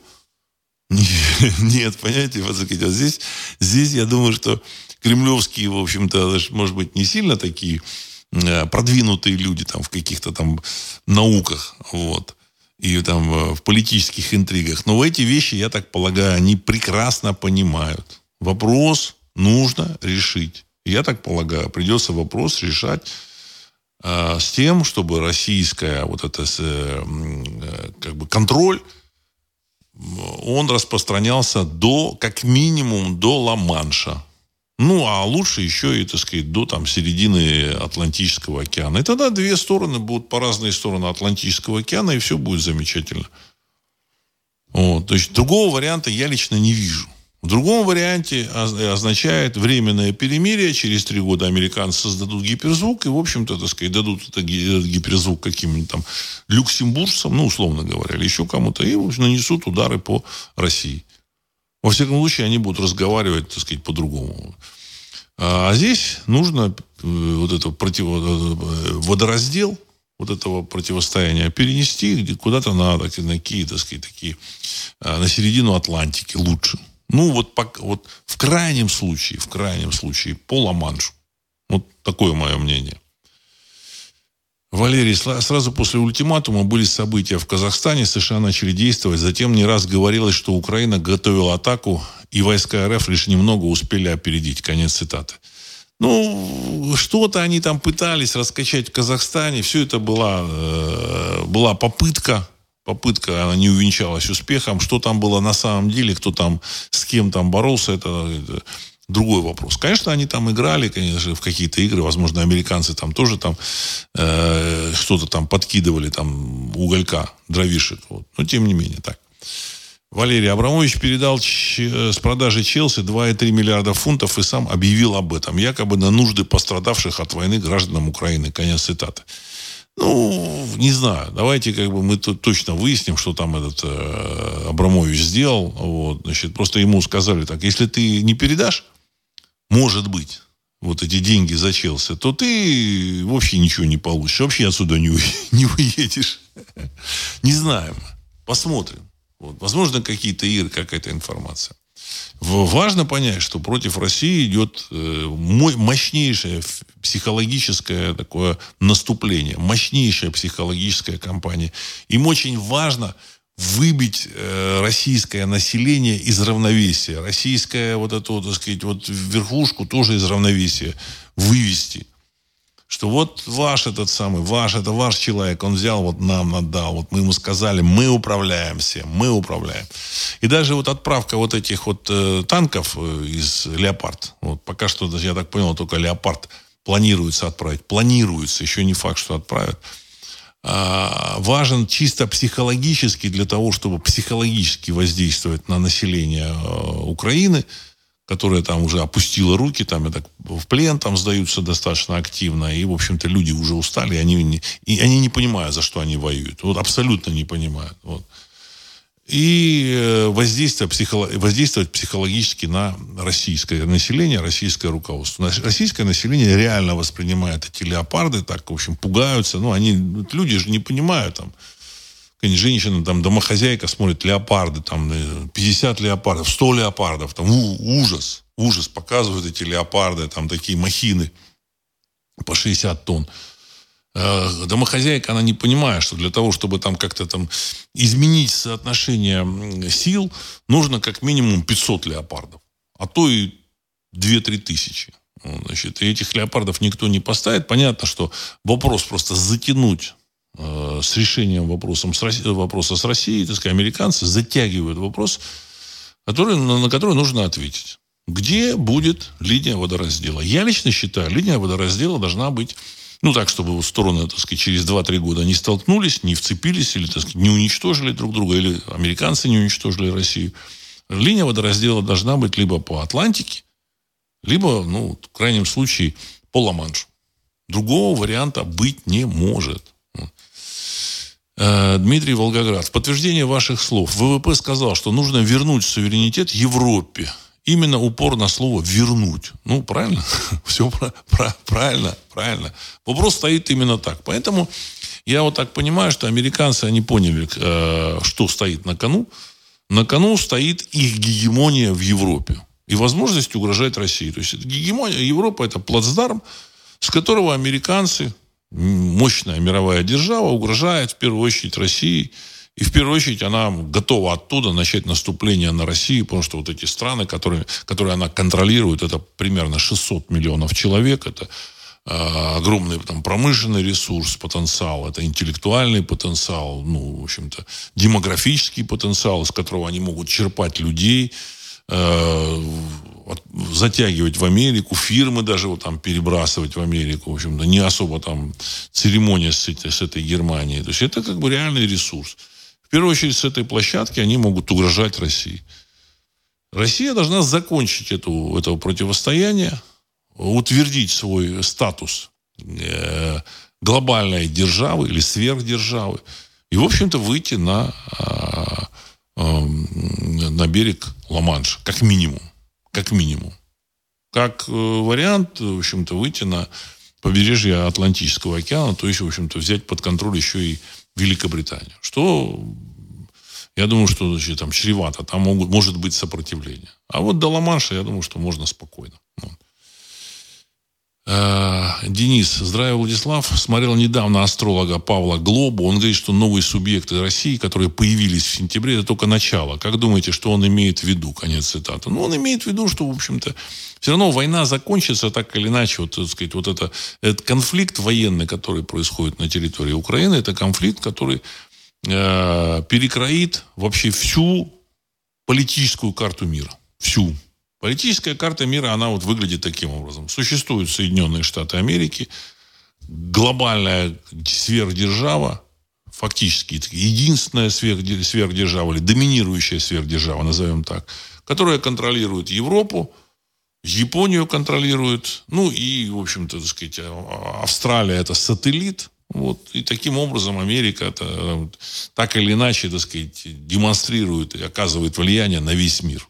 Нет, понимаете, вот здесь я думаю, что кремлевские, в общем-то, может быть, не сильно такие продвинутые люди там в каких-то там науках, вот. и там в политических интригах. Но эти вещи, я так полагаю, они прекрасно понимают. Вопрос нужно решить. Я так полагаю, придется вопрос решать с тем, чтобы российская вот это как бы контроль, он распространялся как минимум до Ла-Манша. Ну, а лучше еще и, так сказать, до там середины Атлантического океана. И тогда две стороны будут по разные стороны Атлантического океана, и все будет замечательно. Вот. То есть другого варианта я лично не вижу. В другом варианте означает временное перемирие. Через 3 года американцы создадут гиперзвук и, в общем-то, так сказать, дадут этот гиперзвук каким-нибудь там люксембуржцам, ну, условно говоря, или еще кому-то, и нанесут удары по России. Во всяком случае, они будут разговаривать, так сказать, по-другому. А здесь нужно вот это водораздел вот этого противостояния перенести куда-то на такие, так сказать, на середину Атлантики лучше. Ну, вот в крайнем случае, по Ла-Маншу. Вот такое мое мнение. Валерий, сразу после ультиматума были события в Казахстане, США начали действовать, затем не раз говорилось, что Украина готовила атаку, и войска РФ лишь немного успели опередить. Конец цитаты. Ну, что-то они там пытались раскачать в Казахстане, все это была попытка, она не увенчалась успехом. Что там было на самом деле, кто там с кем там боролся, это другой вопрос. Конечно, они там играли, конечно, в какие-то игры. Возможно, американцы там тоже там что-то там подкидывали, там уголька, дровишек. Вот. Но тем не менее, так. Валерий Абрамович передал с продажи Челси 2,3 миллиарда фунтов и сам объявил об этом. Якобы на нужды пострадавших от войны гражданам Украины. Конец цитаты. Ну, не знаю. Давайте мы тут точно выясним, что там этот Абрамович сделал. Вот, значит, просто ему сказали так: если ты не передашь, может быть, вот эти деньги за Челси, то ты вообще ничего не получишь. Вообще отсюда не уедешь. Не знаем. Посмотрим. Вот. Возможно, какие-то игры, какая-то информация. Важно понять, что против России идет мощнейшее психологическое такое наступление, мощнейшая психологическая кампания. Им очень важно выбить российское население из равновесия, российское вот эту, так сказать, вот верхушку тоже из равновесия вывести. Что вот это ваш человек, он взял, вот нам отдал, вот мы ему сказали, мы управляем всем, мы управляем. И даже вот отправка вот этих вот танков из «Леопард», вот пока что, я так понял, только «Леопард» планируется отправить, еще не факт, что отправят, важен чисто психологически, для того, чтобы психологически воздействовать на население Украины, которая там уже опустила руки, там в плен там сдаются достаточно активно, и, в общем-то, люди уже устали, и они не понимают, за что они воюют. Вот абсолютно не понимают. Вот. И воздействовать психологически на российское население, российское руководство. Российское население реально воспринимает эти «Леопарды», так, в общем, пугаются. Ну, люди же не понимают, там, женщина, там, домохозяйка смотрит «Леопарды», там, 50 леопардов, 100 леопардов, там, ужас показывают эти «Леопарды», там, такие махины по 60 тонн. Домохозяйка, она не понимает, что для того, чтобы там как-то там изменить соотношение сил, нужно как минимум 500 леопардов, а то и 2-3 тысячи. Значит, и этих леопардов никто не поставит. Понятно, что вопрос просто затянуть с решением вопроса с Россией, так сказать, американцы затягивают вопрос, на который нужно ответить. Где будет линия водораздела? Я лично считаю, линия водораздела должна быть, так, чтобы стороны, так сказать, через 2-3 года не столкнулись, не вцепились, или, так сказать, не уничтожили друг друга, или американцы не уничтожили Россию. Линия водораздела должна быть либо по Атлантике, либо, в крайнем случае, по Ла-Маншу. Другого варианта быть не может. Дмитрий, Волгоград. В подтверждение ваших слов, ВВП сказал, что нужно вернуть суверенитет Европе. Именно упор на слово «вернуть». Правильно? Все правильно. Вопрос стоит именно так. Поэтому я вот так понимаю, что американцы, они поняли, что стоит на кону. На кону стоит их гегемония в Европе. И возможность угрожать России. То есть гегемония Европы – это плацдарм, с которого американцы, мощная мировая держава, угрожает в первую очередь России И в первую очередь она готова оттуда начать наступление на Россию, потому что вот эти страны, которые она контролирует, это примерно 600 миллионов человек, это огромный там промышленный ресурс, потенциал, это интеллектуальный потенциал, ну, в общем-то, демографический потенциал, из которого они могут черпать людей, затягивать в Америку, фирмы даже вот там перебрасывать в Америку, в общем-то, не особо там церемония с этой Германией. То есть это как бы реальный ресурс. В первую очередь с этой площадки они могут угрожать России. Россия должна закончить это противостояние, утвердить свой статус глобальной державы или сверхдержавы и, в общем-то, выйти на берег Ла-Манша, как минимум. Как минимум. Как вариант, в общем-то, выйти на побережье Атлантического океана, то есть, в общем-то, взять под контроль еще и Великобританию. Что, я думаю, что, значит, там чревато, там может быть сопротивление. А вот до Ла-Манша, я думаю, что можно спокойно. Денис, здравия, Владислав. Смотрел недавно астролога Павла Глобу. Он говорит, что новые субъекты России, которые появились в сентябре, это только начало. Как думаете, что он имеет в виду? Конец цитаты. Ну, он имеет в виду, что, в общем-то, все равно война закончится так или иначе. Вот, так сказать, вот этот конфликт военный, который происходит на территории Украины, это конфликт, который перекроит вообще всю политическую карту мира. Всю. Политическая карта мира, она вот выглядит таким образом. Существуют Соединенные Штаты Америки, глобальная сверхдержава, фактически единственная сверхдержава или доминирующая сверхдержава, назовем так, которая контролирует Европу, Японию контролирует, ну и, в общем-то, так сказать, Австралия это сателлит. Вот. И таким образом Америка это, так или иначе, так сказать, демонстрирует и оказывает влияние на весь мир.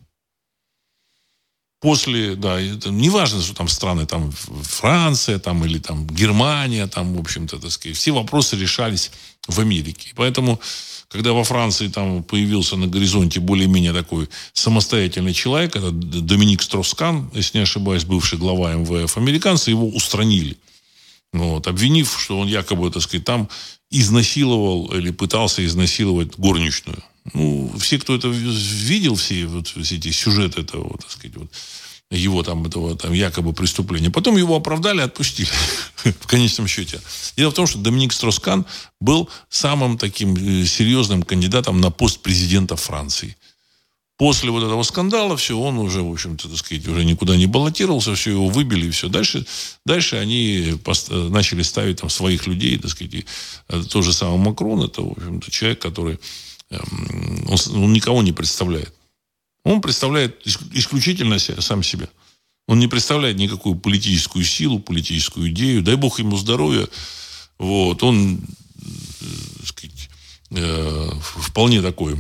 После, да, это не важно, что там страны, там Франция, там, или там Германия, там, в общем-то, так сказать, все вопросы решались в Америке. Поэтому, когда во Франции там появился на горизонте более-менее такой самостоятельный человек, это Доминик Строскан, если не ошибаюсь, бывший глава МВФ, американцы его устранили. Вот, обвинив, что он якобы, так сказать, там изнасиловал или пытался изнасиловать горничную. Ну, все, кто это видел, все эти сюжеты этого, так сказать, вот, его там, этого там якобы преступления. Потом его оправдали, отпустили в конечном счете. Дело в том, что Доминик Строскан был самым таким серьезным кандидатом на пост президента Франции. После вот этого скандала все, он уже, в общем-то, так сказать, уже никуда не баллотировался, все, его выбили, и все. Дальше они начали ставить там своих людей, так сказать. И тот же самый Макрон, это, в общем-то, человек, который он никого не представляет. Он представляет исключительно сам себя. Он не представляет никакую политическую силу, политическую идею. Дай бог ему здоровья. Вот. Он, так сказать, вполне такой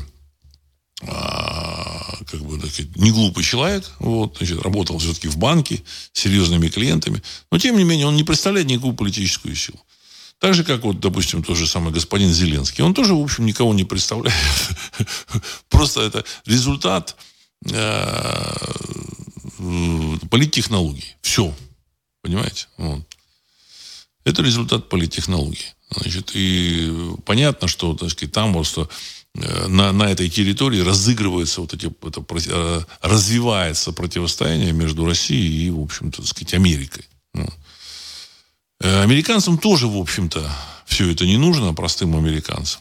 как бы, так сказать, не глупый человек. Вот. Значит, работал все-таки в банке с серьезными клиентами. Но, тем не менее, он не представляет никакую политическую силу. Так же, как, вот, допустим, тот же самый господин Зеленский. Он тоже, в общем, никого не представляет. Просто это результат политтехнологий. Все. Понимаете? Вот. Это результат политтехнологий. Значит, и понятно, что, так сказать, там просто на этой территории разыгрывается развивается противостояние между Россией и, в общем-то, так сказать, Америкой. Американцам тоже, в общем-то, все это не нужно, простым американцам.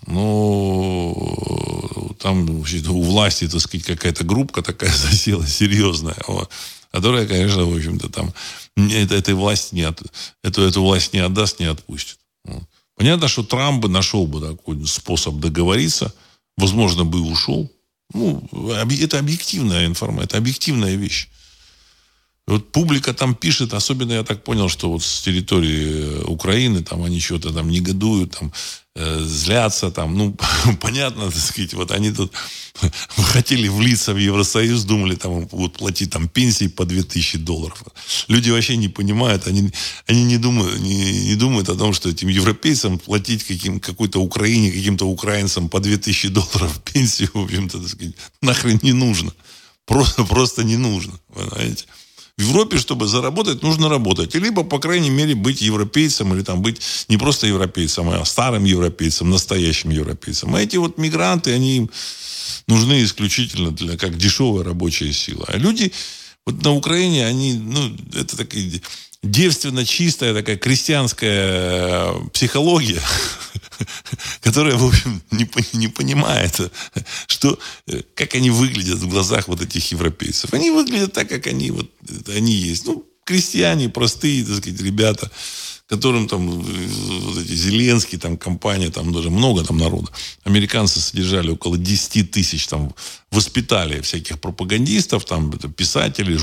Но там у власти, так сказать, какая-то группа такая засела серьезная, которая, конечно, в общем-то, там эту власть не отдаст, не отпустит. Понятно, что Трамп бы нашел бы такой способ договориться, возможно, бы ушел. Ну, это объективная информация, это объективная вещь. Вот публика там пишет, особенно я так понял, что вот с территории Украины там они что-то там негодуют, там злятся, там, ну, понятно, так сказать, вот они тут хотели влиться в Евросоюз, думали, там будут платить там пенсии по $2000. Люди вообще не понимают, они не думают о том, что этим европейцам платить какой-то Украине, каким-то украинцам по $2000 пенсию, в общем-то, так сказать, нахрен не нужно. Просто не нужно, понимаете? В Европе, чтобы заработать, нужно работать. И либо, по крайней мере, быть европейцем, или там быть не просто европейцем, а старым европейцем, настоящим европейцем. А эти вот мигранты, они им нужны исключительно как дешевая рабочая сила. А люди вот на Украине, они, это такая девственно чистая такая крестьянская психология, которая, в общем, не понимает, как они выглядят в глазах вот этих европейцев. Они выглядят так, как они есть. Крестьяне, простые, так сказать, ребята, которым там вот эти Зеленский, там компания, там даже много там народа. Американцы содержали около 10 тысяч, там воспитали всяких пропагандистов, там писателей,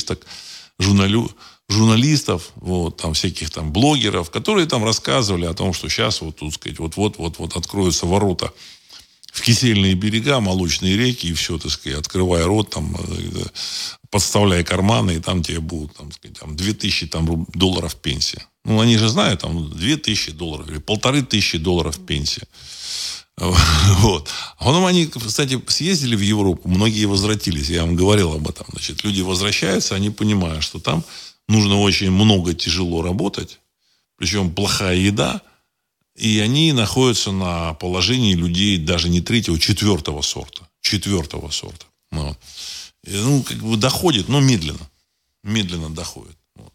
журналистов, вот, там всяких там блогеров, которые там рассказывали о том, что сейчас вот тут сказать, вот откроются ворота в кисельные берега, молочные реки, и все, так сказать, открывая рот, там, подставляя карманы, и там тебе будут, там, сказать, там, 2000 там, долларов пенсия. Они же знают, там, 2000 долларов или 1500 пенсия. Вот. А потом они, кстати, съездили в Европу, многие возвратились, я вам говорил об этом. Значит, люди возвращаются, они понимают, что там нужно очень много, тяжело работать, причем плохая еда, и они находятся на положении людей даже не третьего, четвертого сорта. Вот. Как бы доходит, но медленно доходит. Вот.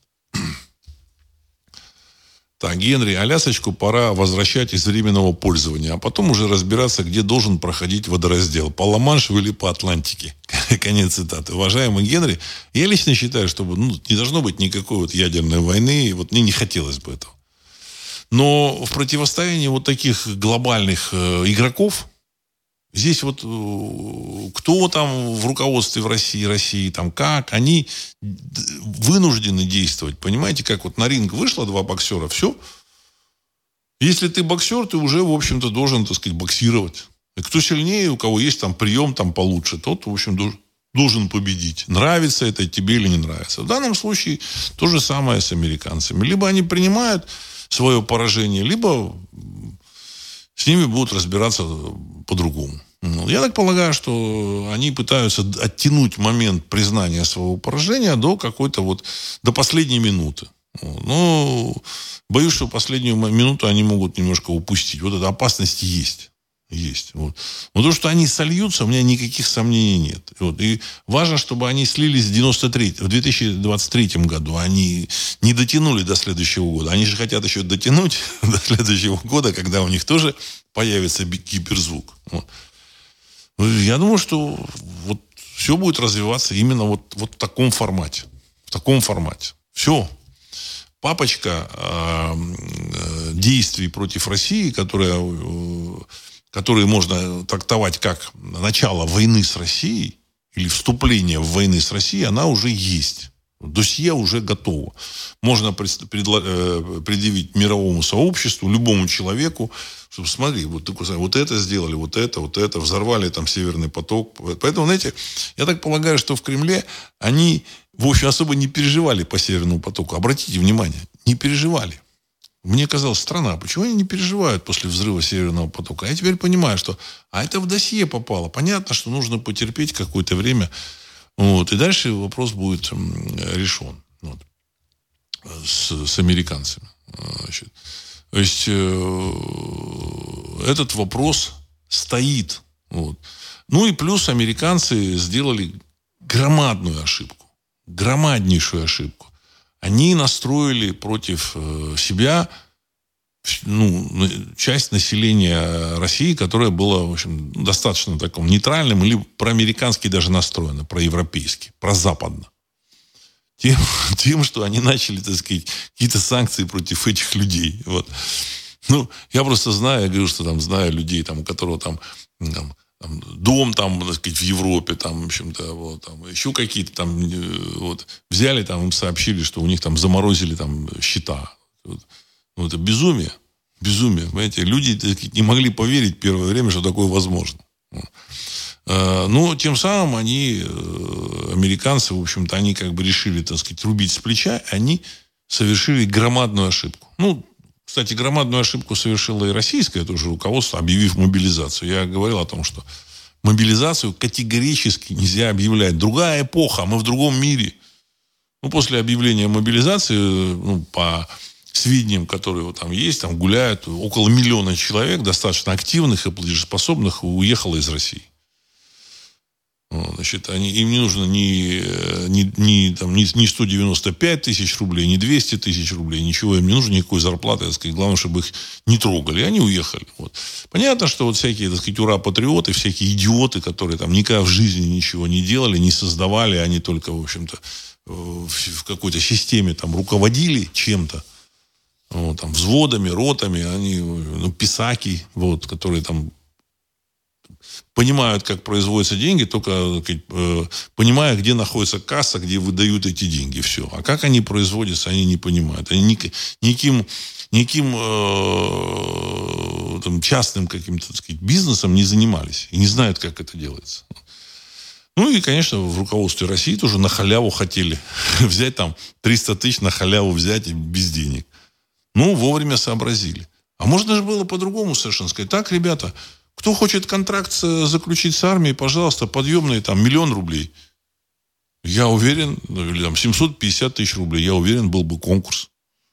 Так, Генри, Алясочку пора возвращать из временного пользования, а потом уже разбираться, где должен проходить водораздел. По Ла-Маншу или по Атлантике. Конец цитаты. Уважаемый Генри, я лично считаю, что не должно быть никакой вот ядерной войны, вот мне не хотелось бы этого. Но в противостоянии вот таких глобальных игроков, здесь вот кто там в руководстве в России там как, они вынуждены действовать. Понимаете, как вот на ринг вышло 2 боксера, все. Если ты боксер, ты уже, в общем-то, должен, так сказать, боксировать. И кто сильнее, у кого есть там прием там получше, тот, в общем, должен победить. Нравится это тебе или не нравится. В данном случае то же самое с американцами. Либо они принимают свое поражение, либо с ними будут разбираться по-другому. Я так полагаю, что они пытаются оттянуть момент признания своего поражения до какой-то до последней минуты. Но боюсь, что последнюю минуту они могут немножко упустить. Вот эта опасность есть. Вот. Но то, что они сольются, у меня никаких сомнений нет. И важно, чтобы они слились в 2023 году. Они не дотянули до следующего года. Они же хотят еще дотянуть до следующего года, когда у них тоже появится гиперзвук. Вот. Я думаю, что все будет развиваться именно в таком формате. В таком формате. Все. Папочка действий против России, которые можно трактовать как начало войны с Россией или вступление в войну с Россией, она уже есть. Досье уже готово. Можно предъявить мировому сообществу, любому человеку, чтобы, смотри, вот это сделали, вот это, взорвали там Северный поток. Поэтому, знаете, я так полагаю, что в Кремле они, в общем, особо не переживали по Северному потоку. Обратите внимание, не переживали. Мне казалось, страна, почему они не переживают после взрыва Северного потока? А я теперь понимаю, что это в досье попало. Понятно, что нужно потерпеть какое-то время. И дальше вопрос будет решен с американцами. Значит, то есть этот вопрос стоит. И плюс американцы сделали громадную ошибку. Громаднейшую ошибку. Они настроили против себя часть населения России, которая была, в общем, достаточно таком нейтральным или проамерикански даже настроена, проевропейски, прозападно. Тем, что они начали, так сказать, какие-то санкции против этих людей. Вот. Я просто знаю, я говорю, что там знаю людей, там, у которого там дом там, так сказать, в Европе, там, в общем-то, там, еще какие-то там, взяли, там, им сообщили, что у них там заморозили там счета. Это безумие. Безумие. Понимаете? Люди, так сказать, не могли поверить первое время, что такое возможно. Но тем самым американцы, в общем-то, они как бы решили, так сказать, рубить с плеча, они совершили громадную ошибку. Кстати, громадную ошибку совершило и российское тоже руководство, объявив мобилизацию. Я говорил о том, что мобилизацию категорически нельзя объявлять. Другая эпоха, мы в другом мире. Ну, после объявления мобилизации, ну, по сведениям, которые вот там есть, там гуляют, около 1 миллиона человек, достаточно активных и платежеспособных, уехало из России. Вот, значит, им не нужно ни 195 тысяч рублей, ни 200 тысяч рублей, ничего им не нужно, никакой зарплаты, так сказать, главное, чтобы их не трогали, и они уехали. Вот. Понятно, что вот всякие, так сказать, ура-патриоты, всякие идиоты, которые там никогда в жизни ничего не делали, не создавали, они только, в общем-то, в какой-то системе там руководили чем-то, вот, там, взводами, ротами, они, ну, писаки, вот, которые там понимают, как производятся деньги, только понимая, где находится касса, где выдают эти деньги. Все. А как они производятся, они не понимают. Они никаким там, частным каким-то, так сказать, бизнесом не занимались. И не знают, как это делается. Ну и, конечно, в руководстве России тоже на халяву хотели взять там 300 тысяч на халяву взять и без денег. Ну, вовремя сообразили. А можно же было по-другому совершенно сказать. Так, ребята, кто хочет контракт заключить с армией, пожалуйста, подъемные там 1 000 000 рублей. Я уверен, или там 750 тысяч рублей, я уверен, был бы конкурс.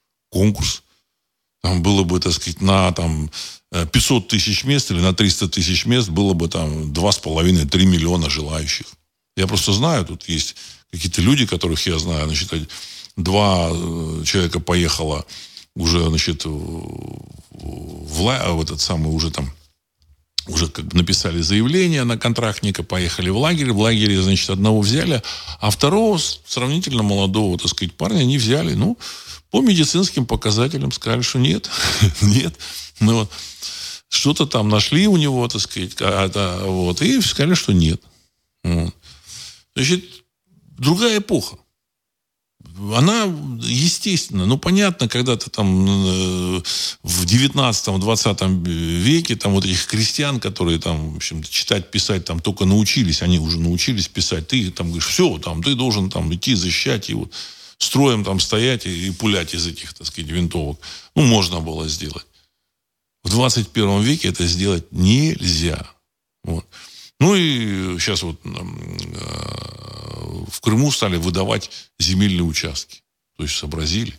Там было бы, так сказать, на там 500 тысяч мест или на 300 тысяч мест было бы там 2,5-3 миллиона желающих. Я просто знаю, тут есть какие-то люди, которых я знаю, значит, 2 человека поехало уже, значит, в этот самый уже там, уже как бы написали заявление на контрактника, поехали в лагерь. В лагере, значит, одного взяли, а второго, сравнительно молодого, так сказать, парня не взяли. Ну, по медицинским показателям сказали, что нет. Нет. Ну, вот. Что-то там нашли у него, так сказать, вот, и сказали, что нет. Вот. Значит, другая эпоха. Она, естественно, ну, понятно, когда-то там в 19-20 веке там вот этих крестьян, которые там, в общем, читать, писать там только научились, они уже научились писать, ты там говоришь, все, там, ты должен там идти защищать и вот строем там стоять и пулять из этих, так сказать, винтовок. Ну, можно было сделать. В 21 веке это сделать нельзя. Вот. Ну и сейчас вот в Крыму стали выдавать земельные участки. То есть сообразили.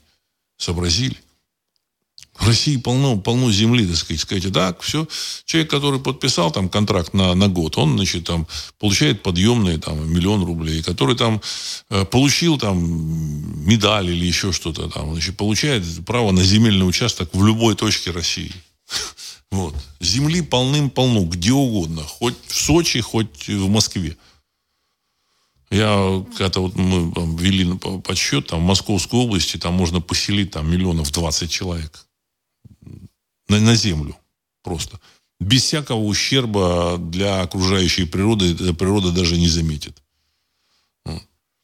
В России полно земли, так сказать. Так, все. Человек, который подписал там контракт на год, он, значит, там получает подъемные там 1 000 000 рублей, который там получил там медаль или еще что-то там, значит, получает право на земельный участок в любой точке России. Вот. Земли полным-полно, где угодно. Хоть в Сочи, хоть в Москве. Когда-то вот мы там вели подсчет, там в Московской области там можно поселить там 20 000 человек. На землю. Просто. Без всякого ущерба для окружающей природы. Природа даже не заметит. Вот.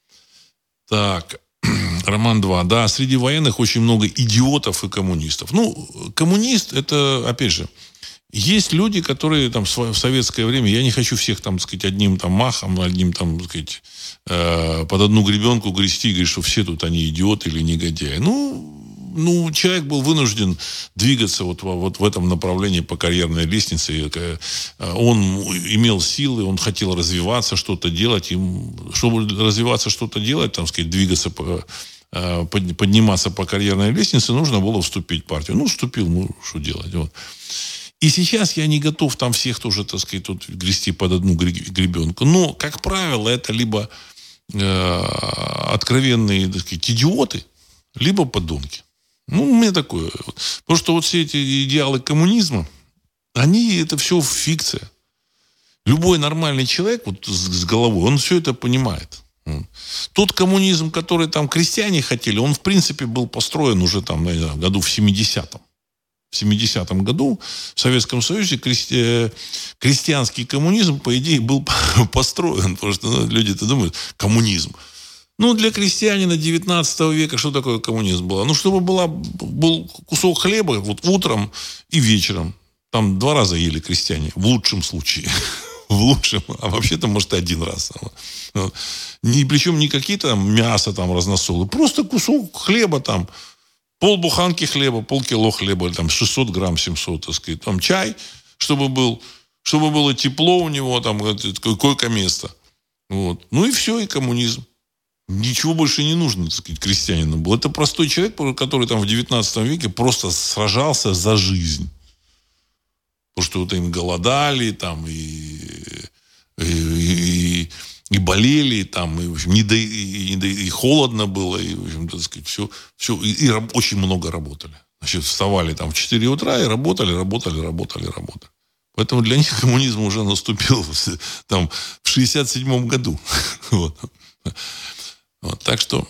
Так. Роман 2. Да, среди военных очень много идиотов и коммунистов. Ну, коммунист, это, опять же, есть люди, которые там в советское время, я не хочу всех там, так сказать, одним там махом, одним там, так сказать, под одну гребенку грести, говорить, что все тут они идиоты или негодяи. Ну, человек был вынужден двигаться вот в этом направлении по карьерной лестнице. Он имел силы, он хотел развиваться, что-то делать. Чтобы развиваться, что-то делать, там, сказать, двигаться, подниматься по карьерной лестнице, нужно было вступить в партию. Ну, вступил, ну, что делать. Вот. И сейчас я не готов там всех тоже, так сказать, тут грести под одну гребенку. Но, как правило, это либо откровенные, так сказать, идиоты, либо подонки. Ну, у меня такое. Потому что вот все эти идеалы коммунизма, это все фикция. Любой нормальный человек вот с головой, он все это понимает. Тот коммунизм, который там крестьяне хотели, он, в принципе, был построен уже там, наверное, году в 70-м. В 70-м году в Советском Союзе крестьянский коммунизм, по идее, был построен. Потому что люди-то думают, коммунизм. Ну, для крестьянина 19 века что такое коммунизм было? Ну, чтобы был кусок хлеба вот утром и вечером. Там 2 раза ели крестьяне, в лучшем случае. В лучшем, а вообще-то, может, 1 раз. Причем не какие-то там мясо там разносолы, просто кусок хлеба там, полбуханки хлеба, полкило хлеба, там 600 грамм, 700, так сказать. Там чай, чтобы было тепло у него, там койко-место. Вот. Ну и все, и коммунизм. Ничего больше не нужно, так сказать, крестьянину был. Это простой человек, который там в 19 веке просто сражался за жизнь. Потому что вот им голодали, там, и болели, там, и, в общем, и холодно было, и, в общем, так сказать, все и очень много работали. Значит, вставали там в 4 утра и работали. Поэтому для них коммунизм уже наступил там в 67 году. Вот. Так что,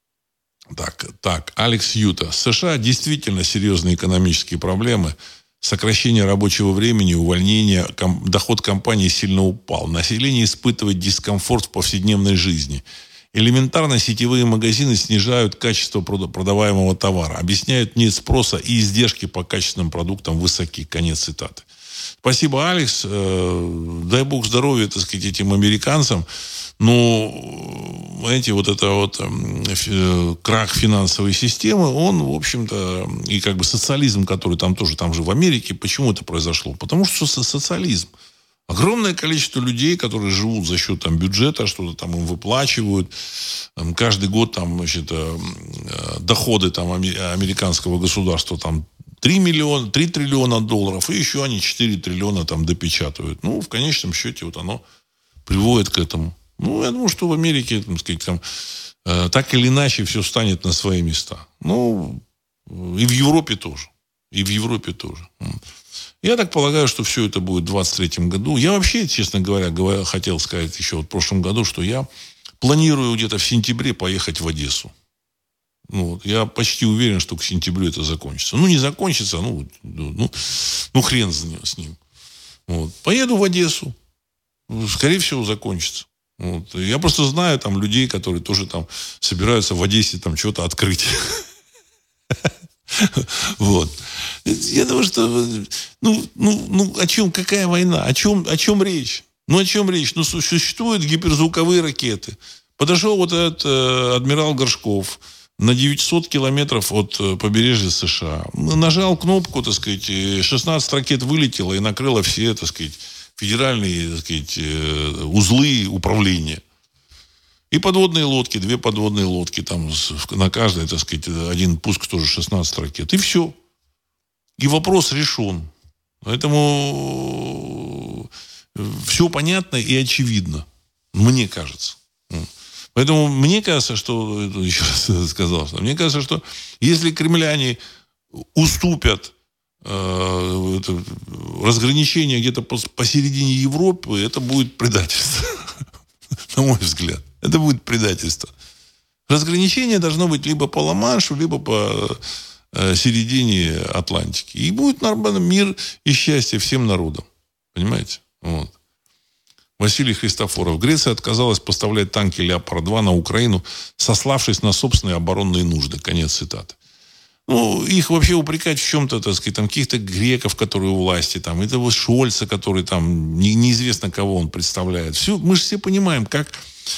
Алекс Юта. США действительно серьезные экономические проблемы. Сокращение рабочего времени, увольнение, доход компании сильно упал. Население испытывает дискомфорт в повседневной жизни. Элементарно сетевые магазины снижают качество продаваемого товара. Объясняют, нет спроса и издержки по качественным продуктам высоки. Конец цитаты. Спасибо, Алекс. Дай бог здоровья, так сказать, этим американцам. Но, знаете, вот это вот крах финансовой системы, он, в общем-то, и как бы социализм, который там же в Америке, почему это произошло? Потому что социализм. Огромное количество людей, которые живут за счет там бюджета, что-то там им выплачивают. Каждый год там, значит, доходы там американского государства там 3 триллиона долларов, и еще они 4 триллиона там допечатывают. Ну, в конечном счете вот оно приводит к этому. Ну, я думаю, что в Америке, так сказать, там, так или иначе все станет на свои места. Ну, и в Европе тоже. Я так полагаю, что все это будет в 23-м году. Я вообще, честно говоря, хотел сказать еще вот в прошлом году, что я планирую где-то в сентябре поехать в Одессу. Ну, вот, я почти уверен, что к сентябрю это закончится. Ну, не закончится, хрен с ним. Вот. Поеду в Одессу. Скорее всего, закончится. Вот. Я просто знаю там людей, которые тоже там собираются в Одессе там что-то открыть. Вот. Я думаю, что о чем, какая война? О чем речь? О чем речь? Существуют гиперзвуковые ракеты. Подошел вот этот адмирал Горшков на 900 километров от побережья США. Нажал кнопку, так сказать, 16 ракет вылетело и накрыло все, так сказать, федеральные, так сказать, узлы управления. И подводные лодки, 2 подводные лодки, там на каждой, так сказать, один пуск тоже 16 ракет. И все. И вопрос решен. Поэтому все понятно и очевидно. Мне кажется. Поэтому мне кажется, что, еще раз сказал, что мне кажется, что если кремляне уступят разграничение где-то посередине Европы, это будет предательство. На мой взгляд. Это будет предательство. Разграничение должно быть либо по Ла-Маншу, либо по середине Атлантики. И будет нормально мир и счастье всем народам. Понимаете? Вот. Василий Христофоров. Греция отказалась поставлять танки «Леопард-2» на Украину, сославшись на собственные оборонные нужды. Конец цитаты. Ну, их вообще упрекать в чем-то, так сказать, там, каких-то греков, которые у власти, там, этого Шольца, который там, неизвестно кого он представляет. Все, мы же все понимаем, как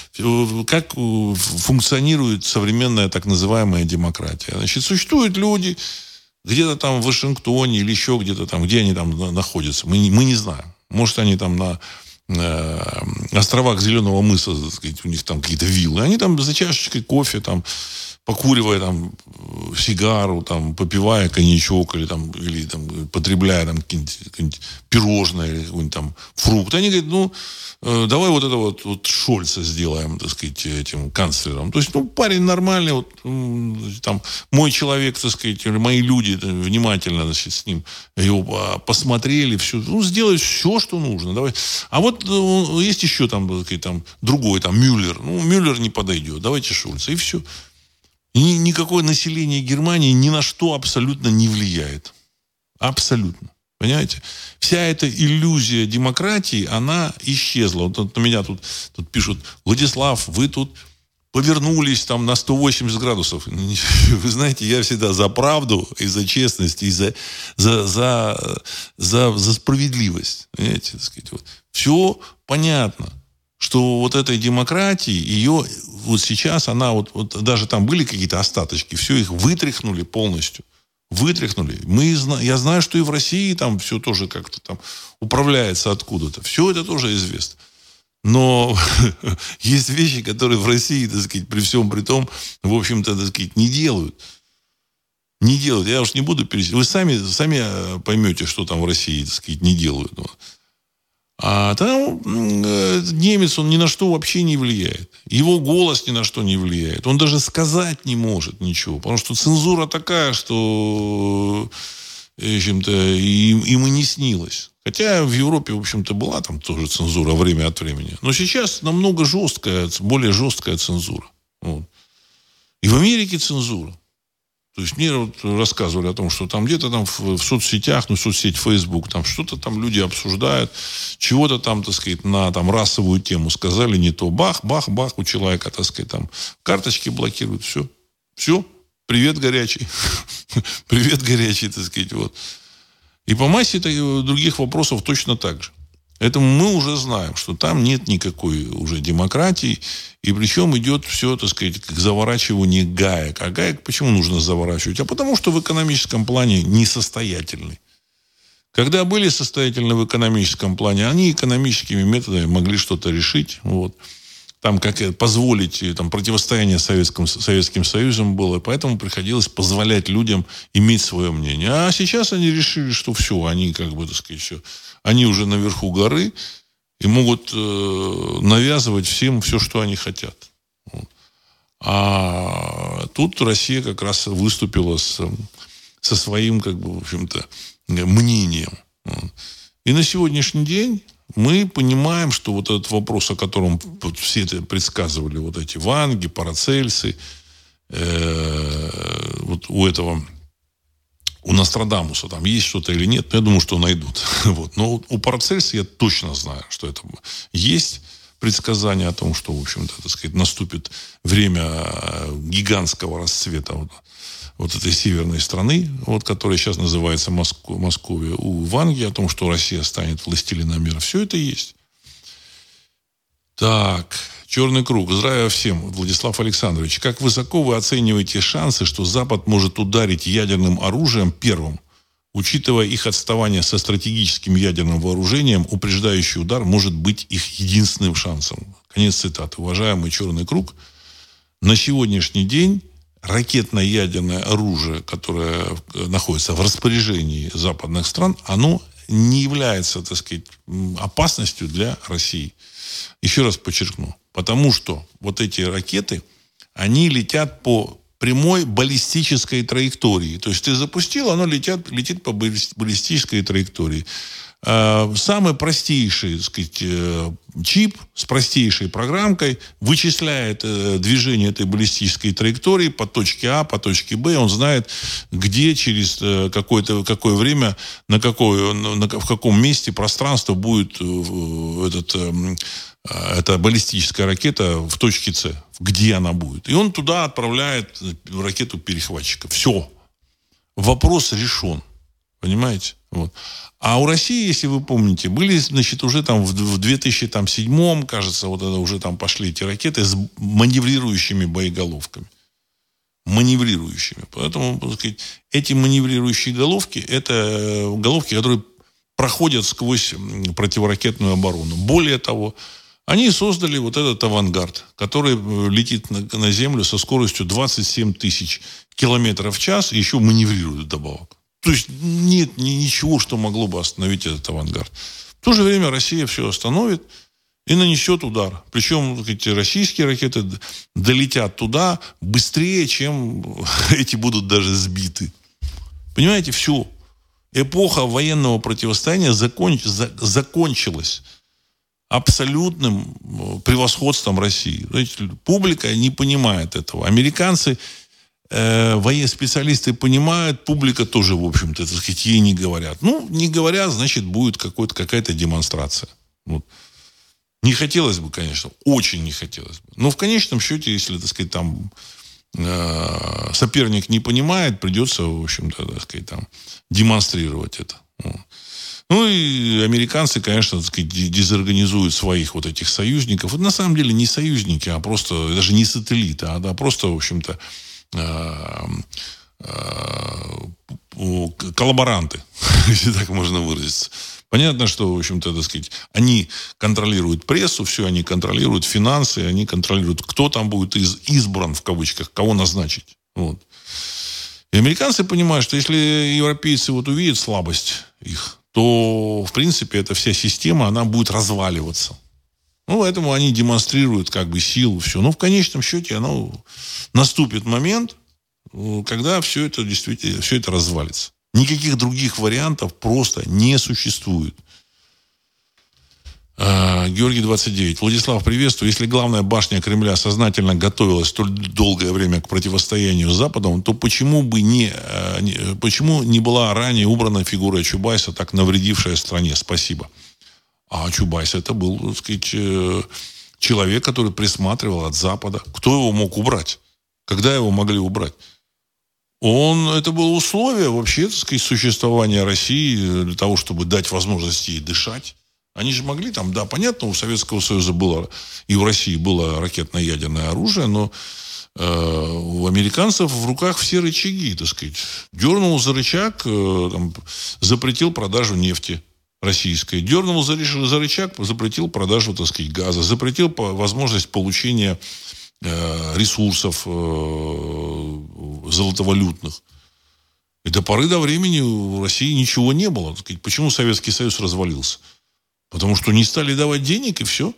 функционирует современная так называемая демократия. Значит, существуют люди где-то там в Вашингтоне или еще где-то там, где они там находятся. Мы не знаем. Может, они там на островах Зеленого мыса, так сказать, у них там какие-то виллы. Они там за чашечкой кофе, там, покуривая там сигару, там, попивая коньячок или там потребляя там какие-нибудь пирожное или какой-нибудь там фрукт. Они говорят, давай вот это вот Шольца сделаем, так сказать, этим канцлером. То есть, парень нормальный, вот, там, мой человек, так сказать, или мои люди внимательно, значит, с ним его посмотрели, все, сделай все, что нужно. Давай. А вот есть еще там, так сказать, там другой, там, Мюллер. Мюллер не подойдет, давайте Шольца, и все. И никакое население Германии ни на что абсолютно не влияет. Абсолютно. Понимаете? Вся эта иллюзия демократии, она исчезла. Вот на меня тут пишут: Владислав, вы тут повернулись там на 180 градусов. Вы знаете, я всегда за правду и за честность, и за справедливость. Понимаете? Так сказать, вот. Все понятно. Что вот этой демократии, ее вот сейчас, она вот даже там были какие-то остаточки, все их вытряхнули полностью. Вытряхнули. Я знаю, что и в России там все тоже как-то там управляется откуда-то. Все это тоже известно. Но есть вещи, которые в России, так сказать, при всем при том, в общем-то, так сказать, не делают. Не делают. Я уж не буду перечислять. Вы сами поймете, что там в России, так сказать, не делают. А там немец, он ни на что вообще не влияет. Его голос ни на что не влияет. Он даже сказать не может ничего. Потому что цензура такая, что, в общем-то, им и не снилось. Хотя в Европе, в общем-то, была там тоже цензура время от времени. Но сейчас намного более жесткая цензура. Вот. И в Америке цензура. То есть мне вот рассказывали о том, что там где-то там в соцсетях, соцсеть Facebook, там что-то там люди обсуждают, чего-то там, так сказать, на там расовую тему сказали не то. Бах, бах, бах, у человека, так сказать, там карточки блокируют, все. Все. Привет, горячий. Привет, горячий, так сказать, вот. И по массе других вопросов точно так же. Поэтому мы уже знаем, что там нет никакой уже демократии. И причем идет все, так сказать, к заворачиванию гаек. А гаек почему нужно заворачивать? А потому что в экономическом плане несостоятельны. Когда были состоятельны в экономическом плане, они экономическими методами могли что-то решить. Вот. Там как позволить, там противостояние с Советским Союзом было, и поэтому приходилось позволять людям иметь свое мнение. А сейчас они решили, что все, они как бы, так сказать, все, они уже наверху горы и могут навязывать всем все, что они хотят. Вот. А тут Россия как раз выступила со своим, как бы, в общем-то, мнением. Вот. И на сегодняшний день мы понимаем, что вот этот вопрос, о котором все это предсказывали, вот эти Ванги, Парацельсы, вот у Нострадамуса там есть что-то или нет, я думаю, что найдут. Вот. Но у Парацельса я точно знаю, что это есть предсказание о том, что, в общем-то, так сказать, наступит время гигантского расцвета вот этой северной страны, вот, которая сейчас называется Московия, у Ванги, о том, что Россия станет властелином мира. Все это есть. Так, черный круг. Здравия всем. Владислав Александрович, как высоко вы оцениваете шансы, что Запад может ударить ядерным оружием первым? Учитывая их отставание со стратегическим ядерным вооружением, упреждающий удар может быть их единственным шансом. Конец цитаты. Уважаемый черный круг, на сегодняшний день ракетно-ядерное оружие, которое находится в распоряжении западных стран, оно не является, так сказать, опасностью для России. Еще раз подчеркну. Потому что вот эти ракеты, они летят по прямой баллистической траектории. То есть ты запустил, оно летит по баллистической траектории. Самый простейший, так сказать, чип с простейшей программкой вычисляет движение этой баллистической траектории по точке А, по точке Б. Он знает, где через какое время, в каком месте пространства будет эта баллистическая ракета в точке С, где она будет. И он туда отправляет ракету-перехватчика. Все. Вопрос решен. Понимаете? Вот. А у России, если вы помните, были, значит, уже там в 2007, кажется, вот это уже там пошли эти ракеты с маневрирующими боеголовками. Маневрирующими. Поэтому, так сказать, эти маневрирующие головки, это головки, которые проходят сквозь противоракетную оборону. Более того, они создали вот этот авангард, который летит на Землю со скоростью 27 тысяч километров в час и еще маневрирует вдобавок. То есть нет ничего, что могло бы остановить этот авангард. В то же время Россия все остановит и нанесет удар. Причем эти российские ракеты долетят туда быстрее, чем эти будут даже сбиты. Понимаете, все. Эпоха военного противостояния закончилась абсолютным превосходством России. Знаете, публика не понимает этого. Американцы, военные специалисты понимают, публика тоже, в общем-то, так сказать, ей не говорят. Ну, не говорят, значит, будет какая-то демонстрация. Вот. Не хотелось бы, конечно, очень не хотелось бы. Но в конечном счете, если, так сказать, там соперник не понимает, придется, в общем-то, так сказать, там демонстрировать это. Ну и американцы, конечно, так сказать, дезорганизуют своих вот этих союзников. Это на самом деле не союзники, а просто, даже не сателлиты, а просто, в общем-то, коллаборанты, если так можно выразиться. Понятно, что, в общем-то, так сказать, они контролируют прессу, все, они контролируют финансы, они контролируют, кто там будет избран, в кавычках, кого назначить. Вот. И американцы понимают, что если европейцы вот увидят слабость их, то, в принципе, эта вся система, она будет разваливаться. Ну, поэтому они демонстрируют как бы силу, все. Но в конечном счете наступит момент, когда все это действительно, все это развалится. Никаких других вариантов просто не существует. Георгий 29. Владислав, приветствую. Если главная башня Кремля сознательно готовилась столь долгое время к противостоянию с Западом, то почему не была ранее убрана фигура Чубайса, так навредившая стране? Спасибо. А Чубайс это был, так сказать, человек, который присматривал от Запада. Кто его мог убрать? Когда его могли убрать? Это было условие вообще, так сказать, существования России для того, чтобы дать возможность ей дышать. Они же могли там, да, понятно, у Советского Союза было, и у России было ракетно-ядерное оружие, но у американцев в руках все рычаги, так сказать. Дернул за рычаг, запретил продажу нефти российской. Дернул за рычаг, запретил продажу, так сказать, газа. Запретил возможность получения ресурсов золотовалютных. И до поры до времени у России ничего не было. Так сказать. Почему Советский Союз развалился? Потому что не стали давать денег, и все.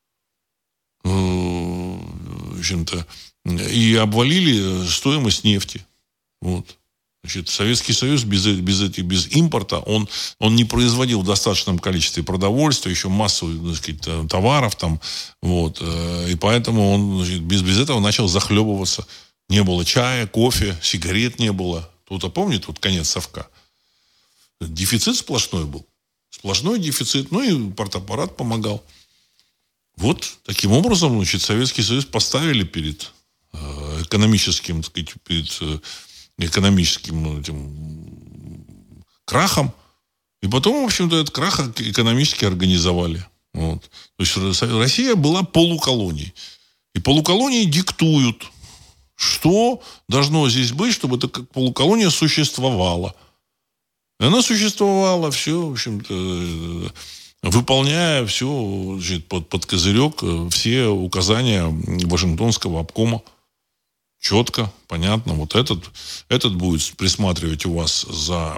В общем-то, и обвалили стоимость нефти. Вот. Значит, Советский Союз без импорта, он не производил в достаточном количестве продовольствия, еще массу, так сказать, товаров там, вот, и поэтому он, значит, без этого начал захлебываться. Не было чая, кофе, сигарет не было. Кто-то помнит вот конец совка? Дефицит сплошной был. Сплошной дефицит. Ну и партаппарат помогал. Вот таким образом, значит, Советский Союз поставили перед экономическим, так сказать, экономическим этим крахом. И потом, в общем-то, этот крах экономически организовали. Вот. То есть Россия была полуколонией. И полуколонии диктуют, что должно здесь быть, чтобы эта полуколония существовала. И она существовала, все, в общем-то, выполняя все, значит, под козырек все указания Вашингтонского обкома. Четко, понятно. Вот этот будет присматривать у вас за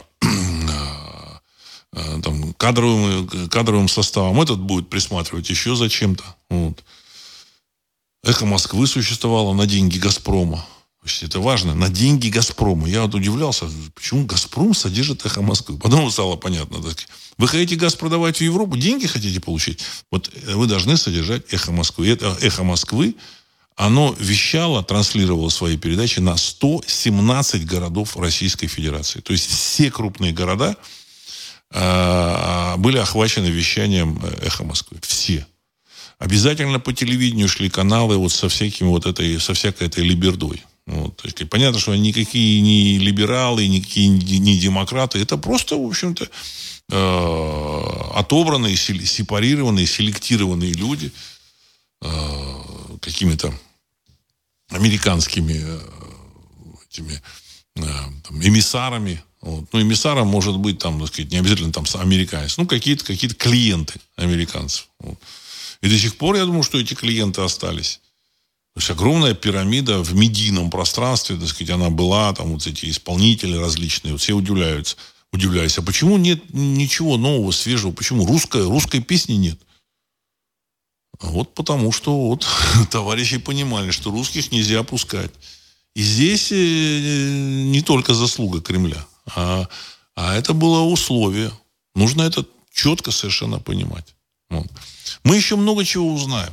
там, кадровым составом. Этот будет присматривать еще за чем-то. Вот. «Эхо Москвы» существовало на деньги «Газпрома». Это важно. На деньги «Газпрома». Я вот удивлялся, почему «Газпром» содержит «Эхо Москвы». Потом стало понятно. Так. Вы хотите газ продавать в Европу, деньги хотите получить? Вот вы должны содержать «Эхо Москвы». И это «Эхо Москвы», оно вещало, транслировало свои передачи на 117 городов Российской Федерации. То есть все крупные города были охвачены вещанием «Эхо Москвы». Все. Обязательно по телевидению шли каналы вот со всякой этой либердой. Вот. То есть, понятно, что они никакие не либералы, никакие не демократы. Это просто, в общем-то, отобранные, сепарированные, селектированные люди какими-то американскими этими эмиссарами. Вот. Ну, эмиссаром может быть, там, так сказать, не обязательно там американец. Ну, какие-то клиенты американцев. Вот. И до сих пор, я думаю, что эти клиенты остались. То есть огромная пирамида в медийном пространстве, так сказать, она была, там вот эти исполнители различные, вот все удивляются. А почему нет ничего нового, свежего? Почему русской песни нет? Вот потому что вот товарищи понимали, что русских нельзя пускать. И здесь не только заслуга Кремля, а это было условие. Нужно это четко совершенно понимать. Вот. Мы еще много чего узнаем.